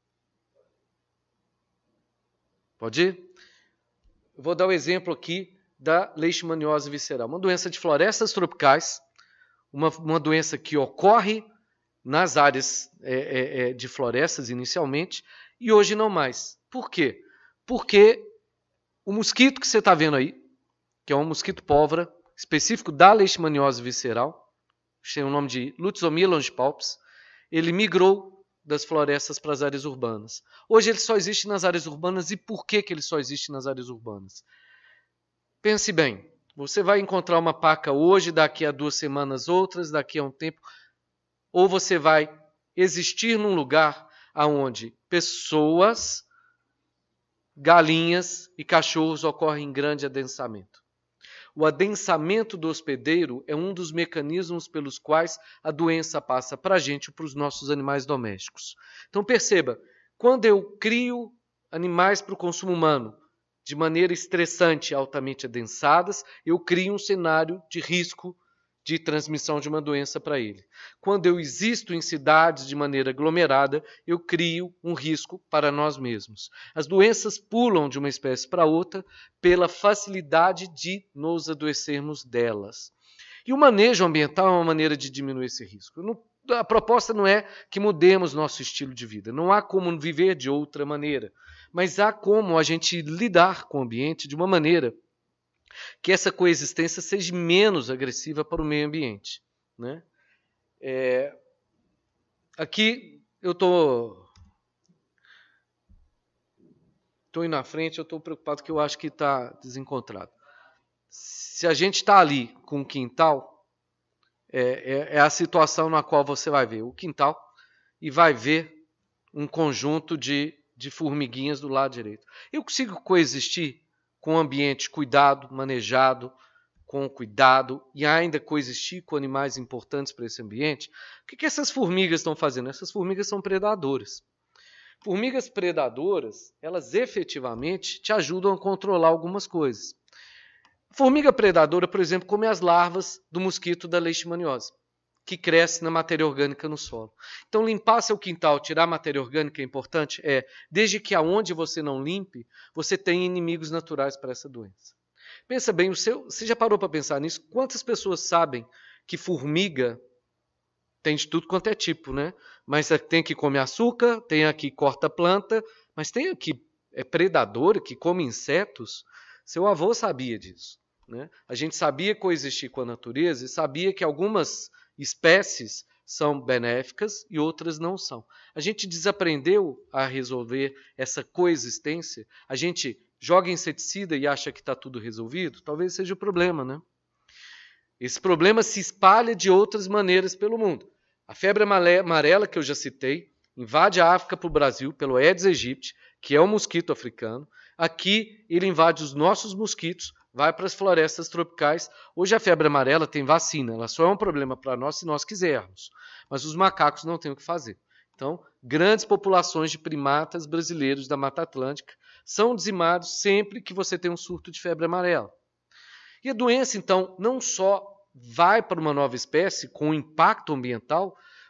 Pode ir? Eu vou dar o exemplo aqui da leishmaniose visceral. Uma doença de florestas tropicais, uma doença que ocorre nas áreas de florestas inicialmente, e hoje não mais. Por quê? Porque o mosquito que você está vendo aí, que é um mosquito pólvora, específico da leishmaniose visceral, tem o nome de Lutzomyia longipalpis, ele migrou das florestas para as áreas urbanas. Hoje ele só existe nas áreas urbanas, e por que ele só existe nas áreas urbanas? Pense bem, você vai encontrar uma paca hoje, daqui a 2 semanas outras, daqui a um tempo... Ou você vai existir num lugar onde pessoas, galinhas e cachorros ocorrem em grande adensamento. O adensamento do hospedeiro é um dos mecanismos pelos quais a doença passa para a gente e para os nossos animais domésticos. Então perceba, quando eu crio animais para o consumo humano de maneira estressante e altamente adensadas, eu crio um cenário de risco de transmissão de uma doença para ele. Quando eu existo em cidades de maneira aglomerada, eu crio um risco para nós mesmos. As doenças pulam de uma espécie para outra pela facilidade de nos adoecermos delas. E o manejo ambiental é uma maneira de diminuir esse risco. A proposta não é que mudemos nosso estilo de vida. Não há como viver de outra maneira. Mas há como a gente lidar com o ambiente de uma maneira que essa coexistência seja menos agressiva para o meio ambiente, né? Aqui eu estou indo na frente, eu estou preocupado que eu acho que está desencontrado. Se a gente está ali com o quintal, é a situação na qual você vai ver o quintal e vai ver um conjunto de formiguinhas do lado direito. Eu consigo coexistir com o ambiente cuidado, manejado, com cuidado, e ainda coexistir com animais importantes para esse ambiente? O que essas formigas estão fazendo? Essas formigas são predadoras. Formigas predadoras, elas efetivamente te ajudam a controlar algumas coisas. A formiga predadora, por exemplo, come as larvas do mosquito da leishmaniose, que cresce na matéria orgânica no solo. Então, limpar seu quintal, tirar a matéria orgânica é importante? Desde que aonde você não limpe, você tem inimigos naturais para essa doença. Pensa bem, você já parou para pensar nisso? Quantas pessoas sabem que formiga tem de tudo quanto é tipo, né? Mas tem que come açúcar, tem a que corta planta, mas tem a que é predadora, que come insetos. Seu avô sabia disso, né? A gente sabia coexistir com a natureza e sabia que algumas espécies são benéficas e outras não são. A gente desaprendeu a resolver essa coexistência. A gente joga inseticida e acha que está tudo resolvido. Talvez seja o problema, né? Esse problema se espalha de outras maneiras pelo mundo. A febre amarela, que eu já citei, invade a África para o Brasil pelo Aedes aegypti, que é um mosquito africano. Aqui ele invade os nossos mosquitos, vai para as florestas tropicais. Hoje a febre amarela tem vacina, ela só é um problema para nós se nós quisermos. Mas os macacos não têm o que fazer. Então, grandes populações de primatas brasileiros da Mata Atlântica são dizimados sempre que você tem um surto de febre amarela. E a doença, então, não só vai para uma nova espécie com impacto ambiental,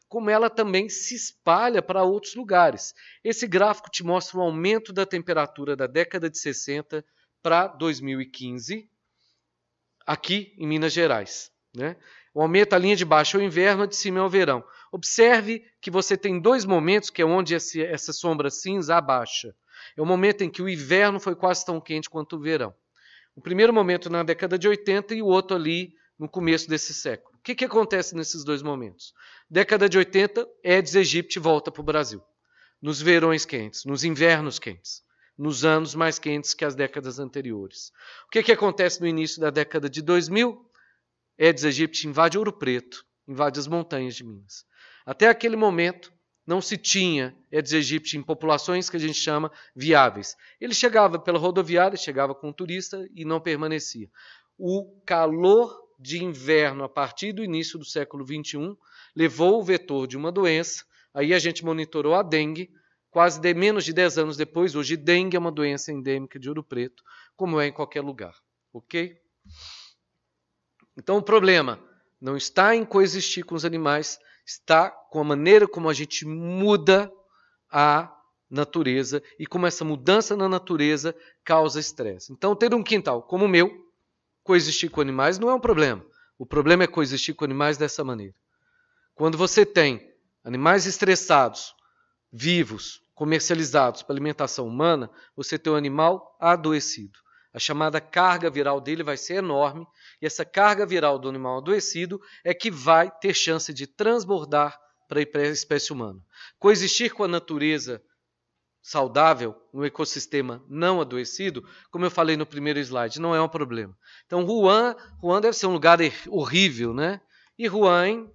como ela também se espalha para outros lugares. Esse gráfico te mostra o aumento da temperatura da década de 60 para 2015, aqui em Minas Gerais, né? O aumento, a linha de baixo é o inverno, a de cima é o verão. Observe que você tem dois momentos, que é onde essa sombra cinza abaixa. É o momento em que o inverno foi quase tão quente quanto o verão. O primeiro momento na década de 80 e o outro ali no começo desse século. O que acontece nesses dois momentos? Década de 80, Aedes aegypti volta para o Brasil. Nos verões quentes, nos invernos quentes, nos anos mais quentes que as décadas anteriores. O que acontece no início da década de 2000? Aedes aegypti invade Ouro Preto, invade as montanhas de Minas. Até aquele momento, não se tinha Aedes aegypti em populações que a gente chama viáveis. Ele chegava pela rodoviária, chegava com um turista e não permanecia. O calor de inverno, a partir do início do século XXI, levou o vetor de uma doença. Aí a gente monitorou a dengue. Quase menos de 10 anos depois, hoje dengue é uma doença endêmica de Ouro Preto, como é em qualquer lugar. Ok? Então o problema não está em coexistir com os animais, está com a maneira como a gente muda a natureza e como essa mudança na natureza causa estresse. Então ter um quintal como o meu, coexistir com animais não é um problema. O problema é coexistir com animais dessa maneira. Quando você tem animais estressados, vivos, comercializados para alimentação humana, você tem um animal adoecido. A chamada carga viral dele vai ser enorme e essa carga viral do animal adoecido é que vai ter chance de transbordar para a espécie humana. Coexistir com a natureza saudável, no ecossistema não adoecido, como eu falei no primeiro slide, não é um problema. Então, Wuhan deve ser um lugar horrível, né? E Wuhan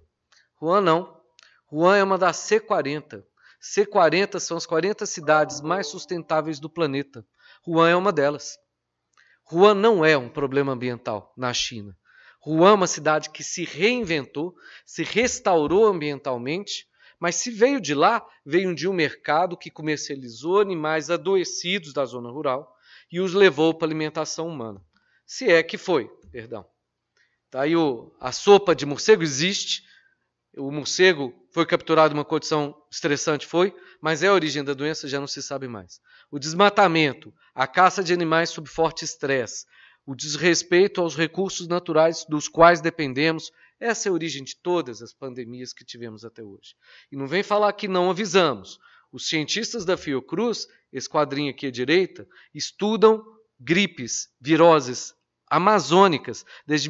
é uma das C40. C40 são as 40 cidades mais sustentáveis do planeta. Wuhan é uma delas. Wuhan não é um problema ambiental na China. Wuhan é uma cidade que se reinventou, se restaurou ambientalmente, mas se veio de lá, veio de um mercado que comercializou animais adoecidos da zona rural e os levou para a alimentação humana. Se é que foi, perdão. Tá aí a sopa de morcego existe, o morcego foi capturado em uma condição estressante, mas a origem da doença já não se sabe mais. O desmatamento, a caça de animais sob forte estresse, o desrespeito aos recursos naturais dos quais dependemos, essa é a origem de todas as pandemias que tivemos até hoje. E não vem falar que não avisamos. Os cientistas da Fiocruz, esse quadrinho aqui à direita, estudam gripes, viroses amazônicas desde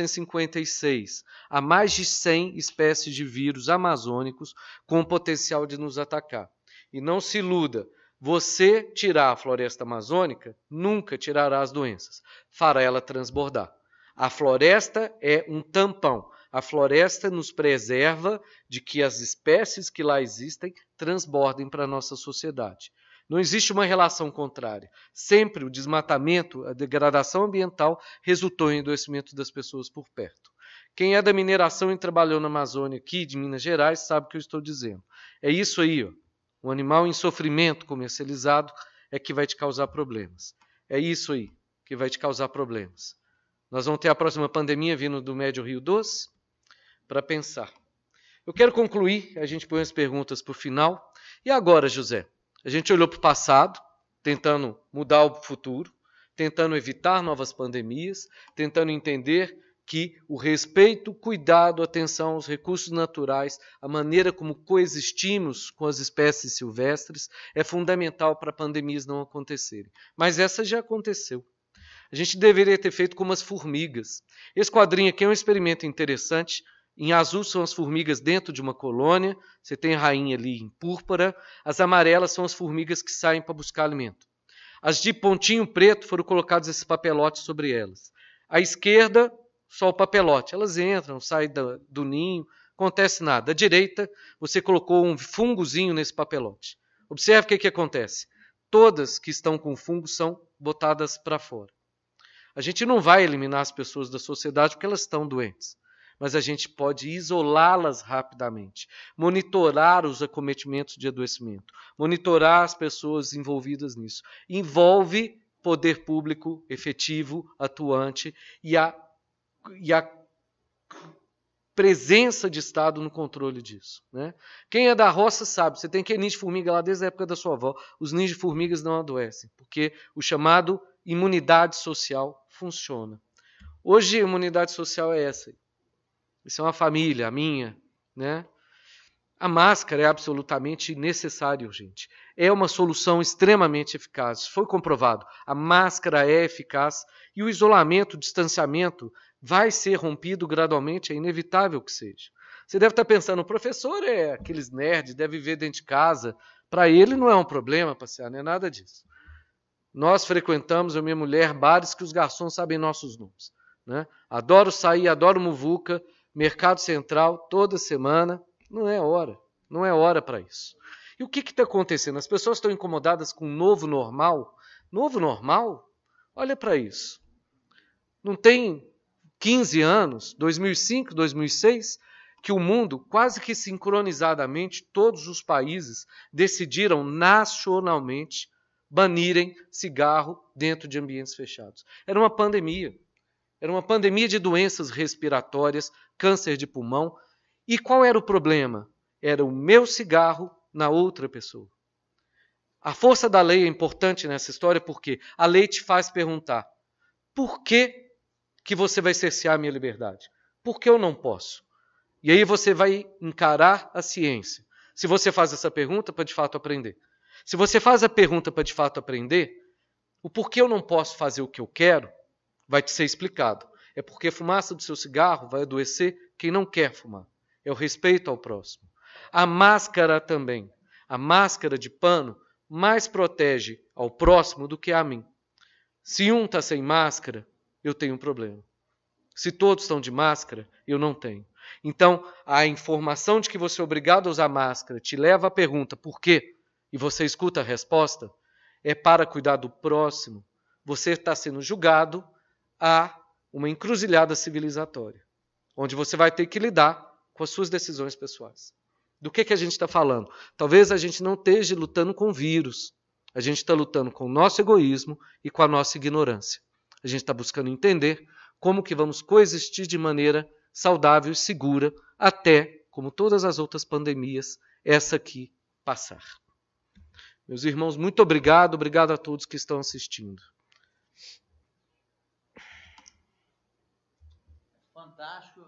1956. Há mais de 100 espécies de vírus amazônicos com o potencial de nos atacar. E não se iluda, você tirar a floresta amazônica nunca tirará as doenças, fará ela transbordar. A floresta é um tampão. A floresta nos preserva de que as espécies que lá existem transbordem para a nossa sociedade. Não existe uma relação contrária. Sempre o desmatamento, a degradação ambiental resultou em adoecimento das pessoas por perto. Quem é da mineração e trabalhou na Amazônia aqui, de Minas Gerais, sabe o que eu estou dizendo. É isso aí, ó. Um animal em sofrimento comercializado é que vai te causar problemas. É isso aí que vai te causar problemas. Nós vamos ter a próxima pandemia vindo do Médio Rio Doce para pensar. Eu quero concluir, a gente põe as perguntas para o final. E agora, José? A gente olhou para o passado, tentando mudar o futuro, tentando evitar novas pandemias, tentando entender que o respeito, cuidado, atenção aos recursos naturais, a maneira como coexistimos com as espécies silvestres é fundamental para pandemias não acontecerem. Mas essa já aconteceu. A gente deveria ter feito como as formigas. Esse quadrinho aqui é um experimento interessante. Em azul são as formigas dentro de uma colônia, você tem a rainha ali em púrpura, as amarelas são as formigas que saem para buscar alimento. As de pontinho preto foram colocados esses papelotes sobre elas. À esquerda, só o papelote. Elas entram, saem do ninho, acontece nada. À direita, você colocou um fungozinho nesse papelote. Observe o que acontece. Todas que estão com fungo são botadas para fora. A gente não vai eliminar as pessoas da sociedade porque elas estão doentes. Mas a gente pode isolá-las rapidamente, monitorar os acometimentos de adoecimento, monitorar as pessoas envolvidas nisso. Envolve poder público efetivo, atuante e a presença de Estado no controle disso, né? Quem é da roça sabe, você tem aquele ninho de formiga lá desde a época da sua avó, os ninhos de formigas não adoecem, porque o chamado imunidade social funciona. Hoje a imunidade social é essa. Isso é uma família, a minha, né? A máscara é absolutamente necessária, gente. É uma solução extremamente eficaz. Foi comprovado. A máscara é eficaz e o isolamento, o distanciamento vai ser rompido gradualmente, é inevitável que seja. Você deve estar pensando, o professor é aqueles nerds, deve viver dentro de casa. Para ele não é um problema passear, não é nada disso. Nós frequentamos, eu e minha mulher, bares que os garçons sabem nossos nomes, né? Adoro sair, adoro muvuca, Mercado Central, toda semana. Não é hora para isso. E o que está acontecendo? As pessoas estão incomodadas com o novo normal. Novo normal? Olha para isso. Não tem 15 anos, 2005, 2006, que o mundo, quase que sincronizadamente, todos os países decidiram nacionalmente banirem cigarro dentro de ambientes fechados. Era uma pandemia. Era uma pandemia de doenças respiratórias, câncer de pulmão. E qual era o problema? Era o meu cigarro na outra pessoa. A força da lei é importante nessa história porque a lei te faz perguntar: por que você vai cercear a minha liberdade? Por que eu não posso? E aí você vai encarar a ciência. Se você faz essa pergunta para de fato aprender. Se você faz a pergunta para de fato aprender, o porquê eu não posso fazer o que eu quero vai te ser explicado. É porque a fumaça do seu cigarro vai adoecer quem não quer fumar. É o respeito ao próximo. A máscara também. A máscara de pano mais protege ao próximo do que a mim. Se um está sem máscara, eu tenho um problema. Se todos estão de máscara, eu não tenho. Então, a informação de que você é obrigado a usar máscara te leva à pergunta por quê? E você escuta a resposta, é para cuidar do próximo. Você está sendo julgado a uma encruzilhada civilizatória, onde você vai ter que lidar com as suas decisões pessoais. Do que a gente está falando? Talvez a gente não esteja lutando com o vírus. A gente está lutando com o nosso egoísmo e com a nossa ignorância. A gente está buscando entender como que vamos coexistir de maneira saudável e segura até, como todas as outras pandemias, essa aqui passar. Meus irmãos, muito obrigado. Obrigado a todos que estão assistindo. Fantástico.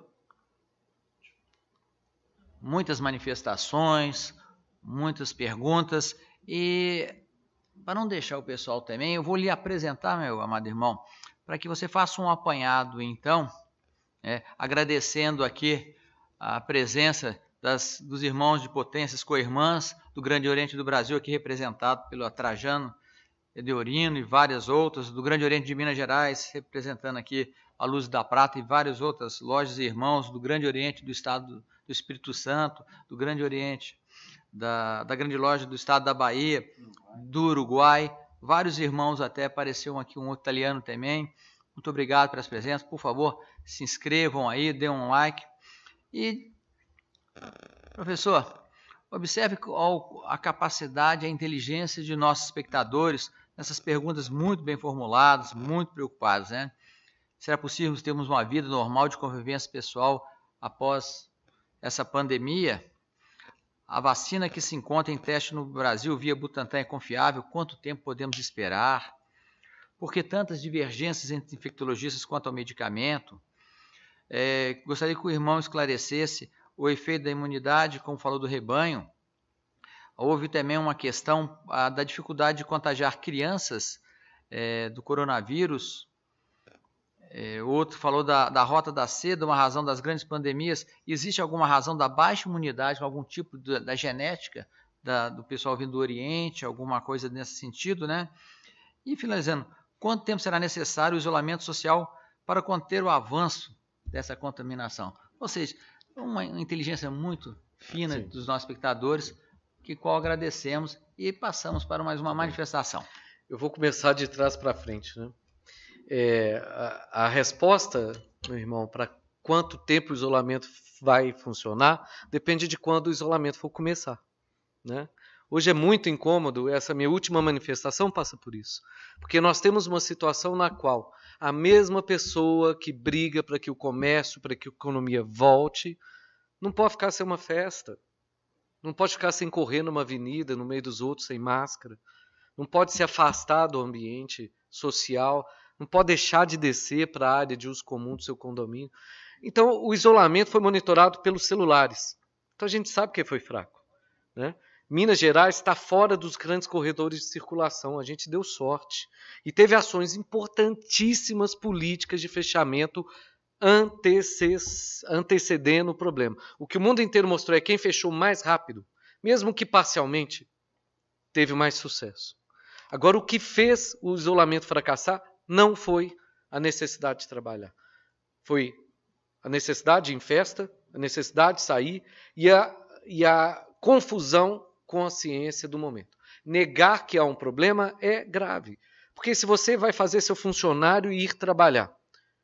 Muitas manifestações, muitas perguntas. E, para não deixar o pessoal também, eu vou lhe apresentar, meu amado irmão, para que você faça um apanhado, então, agradecendo aqui a presença dos irmãos de potências co-irmãs do Grande Oriente do Brasil, aqui representado pelo Trajano Edeorino e várias outras, do Grande Oriente de Minas Gerais, representando aqui a Luz da Prata e várias outras lojas e irmãos do Grande Oriente do Estado do Espírito Santo, do Grande Oriente, da Grande Loja do Estado da Bahia, do Uruguai, vários irmãos até, apareceu aqui um outro italiano também. Muito obrigado pelas presenças. Por favor, se inscrevam aí, dêem um like. E, professor, observe a capacidade, a inteligência de nossos espectadores nessas perguntas muito bem formuladas, muito preocupados, né? Será possível termos uma vida normal de convivência pessoal após essa pandemia? A vacina que se encontra em teste no Brasil via Butantan é confiável? Quanto tempo podemos esperar? Por que tantas divergências entre infectologistas quanto ao medicamento? Gostaria que o irmão esclarecesse o efeito da imunidade, como falou do rebanho. Houve também uma questão da dificuldade de contagiar crianças do coronavírus. Outro falou da rota da seda, uma razão das grandes pandemias. Existe alguma razão da baixa imunidade, algum tipo da genética do pessoal vindo do Oriente, alguma coisa nesse sentido, né? E finalizando, quanto tempo será necessário o isolamento social para conter o avanço dessa contaminação? Ou seja, uma inteligência muito fina Sim. dos nossos espectadores, qual agradecemos e passamos para mais uma manifestação. Eu vou começar de trás para frente, né? A resposta, meu irmão, para quanto tempo o isolamento vai funcionar, depende de quando o isolamento for começar, né? Hoje é muito incômodo, essa minha última manifestação passa por isso. Porque nós temos uma situação na qual a mesma pessoa que briga para que o comércio, para que a economia volte, não pode ficar sem uma festa. Não pode ficar sem correr numa avenida, no meio dos outros, sem máscara. Não pode se afastar do ambiente social. Não pode deixar de descer para a área de uso comum do seu condomínio. Então, o isolamento foi monitorado pelos celulares. Então, a gente sabe que foi fraco, né? Minas Gerais está fora dos grandes corredores de circulação. A gente deu sorte. E teve ações importantíssimas políticas de fechamento antecedendo o problema. O que o mundo inteiro mostrou é que quem fechou mais rápido, mesmo que parcialmente, teve mais sucesso. Agora, o que fez o isolamento fracassar não foi a necessidade de trabalhar. Foi a necessidade de ir em festa, a necessidade de sair e a confusão com a ciência do momento. Negar que há um problema é grave. Porque se você vai fazer seu funcionário ir trabalhar,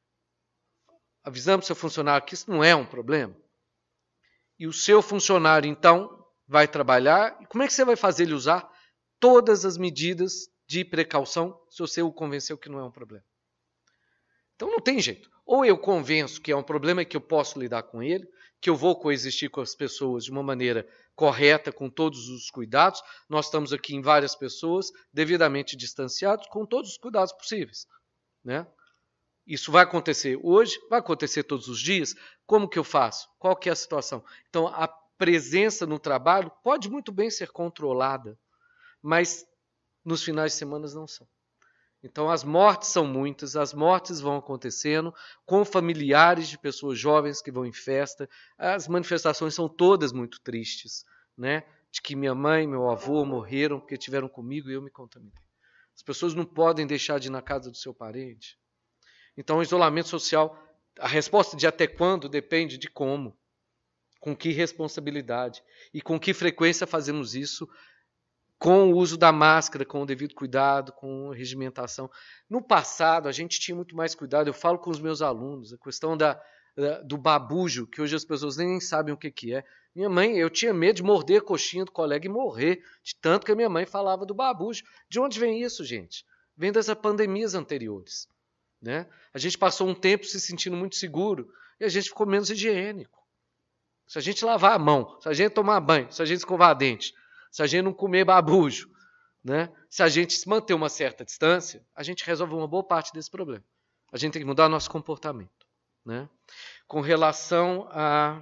avisando seu funcionário que isso não é um problema, e o seu funcionário, então, vai trabalhar, e como é que você vai fazer ele usar todas as medidas de precaução se você o convenceu que não é um problema? Então não tem jeito. Ou eu convenço que é um problema e que eu posso lidar com ele, que eu vou coexistir com as pessoas de uma maneira correta, com todos os cuidados. Nós estamos aqui em várias pessoas, devidamente distanciados, com todos os cuidados possíveis, né? Isso vai acontecer hoje, vai acontecer todos os dias. Como que eu faço? Qual que é a situação? Então, a presença no trabalho pode muito bem ser controlada, mas nos finais de semana não são. Então, as mortes são muitas, as mortes vão acontecendo com familiares de pessoas jovens que vão em festa. As manifestações são todas muito tristes, né? De que minha mãe e meu avô morreram porque estiveram comigo e eu me contaminei. As pessoas não podem deixar de ir na casa do seu parente. Então, o isolamento social, a resposta de até quando depende de como, com que responsabilidade e com que frequência fazemos isso, com o uso da máscara, com o devido cuidado, com a regimentação. No passado, a gente tinha muito mais cuidado. Eu falo com os meus alunos, a questão do babujo, que hoje as pessoas nem sabem o que é. Minha mãe, eu tinha medo de morder a coxinha do colega e morrer, de tanto que a minha mãe falava do babujo. De onde vem isso, gente? Vem das pandemias anteriores, né? A gente passou um tempo se sentindo muito seguro e a gente ficou menos higiênico. Se a gente lavar a mão, se a gente tomar banho, se a gente escovar dente, se a gente não comer babujo, né? Se a gente se manter uma certa distância, a gente resolve uma boa parte desse problema. A gente tem que mudar nosso comportamento, né? Com relação a...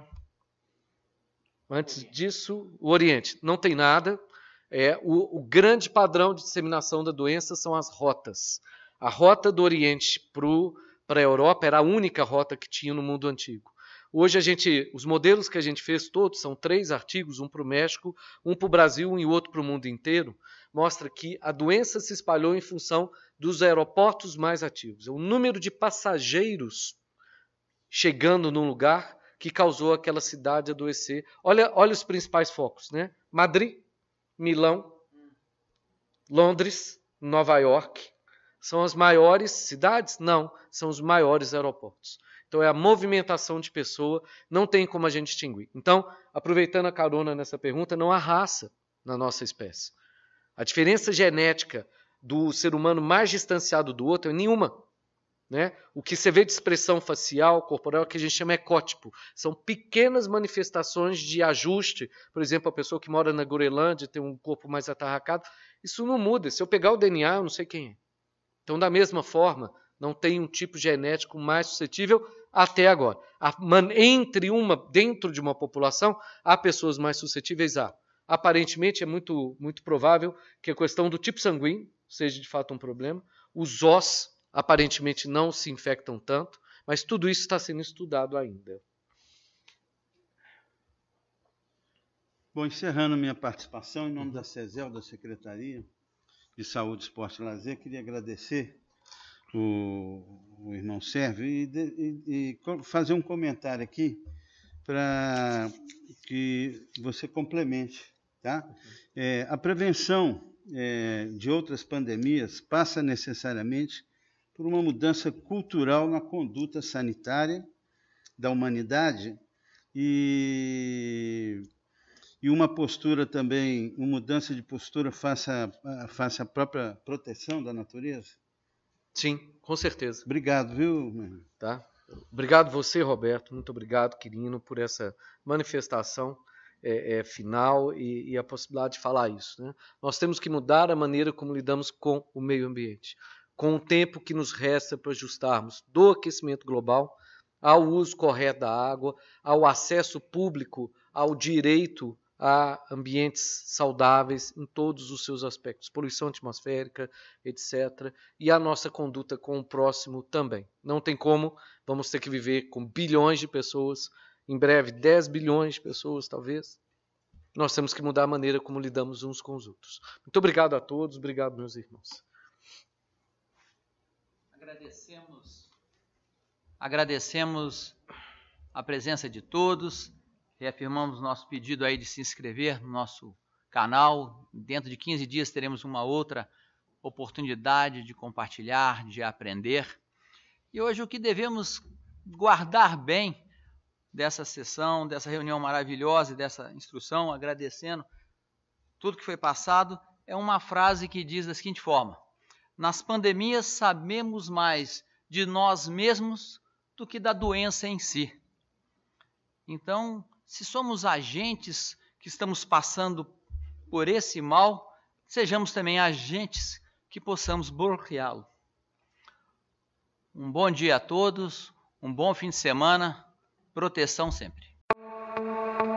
Antes disso, o Oriente. Não tem nada. O grande padrão de disseminação da doença são as rotas. A rota do Oriente para a Europa era a única rota que tinha no mundo antigo. Hoje, os modelos que a gente fez todos, são 3 artigos, um para o México, um para o Brasil e outro para o mundo inteiro, mostra que a doença se espalhou em função dos aeroportos mais ativos. É o número de passageiros chegando num lugar que causou aquela cidade adoecer. Olha os principais focos, né? Madrid, Milão, Londres, Nova York. São as maiores cidades? Não, são os maiores aeroportos. Então, é a movimentação de pessoa, não tem como a gente distinguir. Então, aproveitando a carona nessa pergunta, não há raça na nossa espécie. A diferença genética do ser humano mais distanciado do outro é nenhuma, né? O que você vê de expressão facial, corporal, que a gente chama ecótipo. São pequenas manifestações de ajuste. Por exemplo, a pessoa que mora na Groenlândia tem um corpo mais atarracado. Isso não muda. Se eu pegar o DNA, eu não sei quem é. Então, da mesma forma, não tem um tipo genético mais suscetível até agora. Dentro de uma população, há pessoas mais suscetíveis a. Aparentemente, é muito, muito provável que a questão do tipo sanguíneo seja de fato um problema. Os ossos, aparentemente, não se infectam tanto, mas tudo isso está sendo estudado ainda. Bom, encerrando minha participação, em nome da SESEL, da Secretaria de Saúde, Esporte e Lazer, queria agradecer o irmão Sérgio e fazer um comentário aqui para que você complemente. Tá? A prevenção de outras pandemias passa necessariamente por uma mudança cultural na conduta sanitária da humanidade e e uma postura também, uma mudança de postura face à própria proteção da natureza? Sim, com certeza. Obrigado, viu? Tá? Obrigado você, Roberto. Muito obrigado, Quirino, por essa manifestação final e a possibilidade de falar isso. Né? Nós temos que mudar a maneira como lidamos com o meio ambiente, com o tempo que nos resta para ajustarmos do aquecimento global ao uso correto da água, ao acesso público, ao direito a ambientes saudáveis em todos os seus aspectos, poluição atmosférica, etc. E a nossa conduta com o próximo também. Não tem como, vamos ter que viver com bilhões de pessoas, em breve 10 bilhões de pessoas talvez. Nós temos que mudar a maneira como lidamos uns com os outros. Muito obrigado a todos, obrigado meus irmãos. Agradecemos a presença de todos. Reafirmamos nosso pedido aí de se inscrever no nosso canal. Dentro de 15 dias teremos uma outra oportunidade de compartilhar, de aprender. E hoje o que devemos guardar bem dessa sessão, dessa reunião maravilhosa e dessa instrução, agradecendo tudo que foi passado, é uma frase que diz da seguinte forma: nas pandemias sabemos mais de nós mesmos do que da doença em si. Então, se somos agentes que estamos passando por esse mal, sejamos também agentes que possamos bloqueá-lo. Um bom dia a todos, um bom fim de semana, proteção sempre.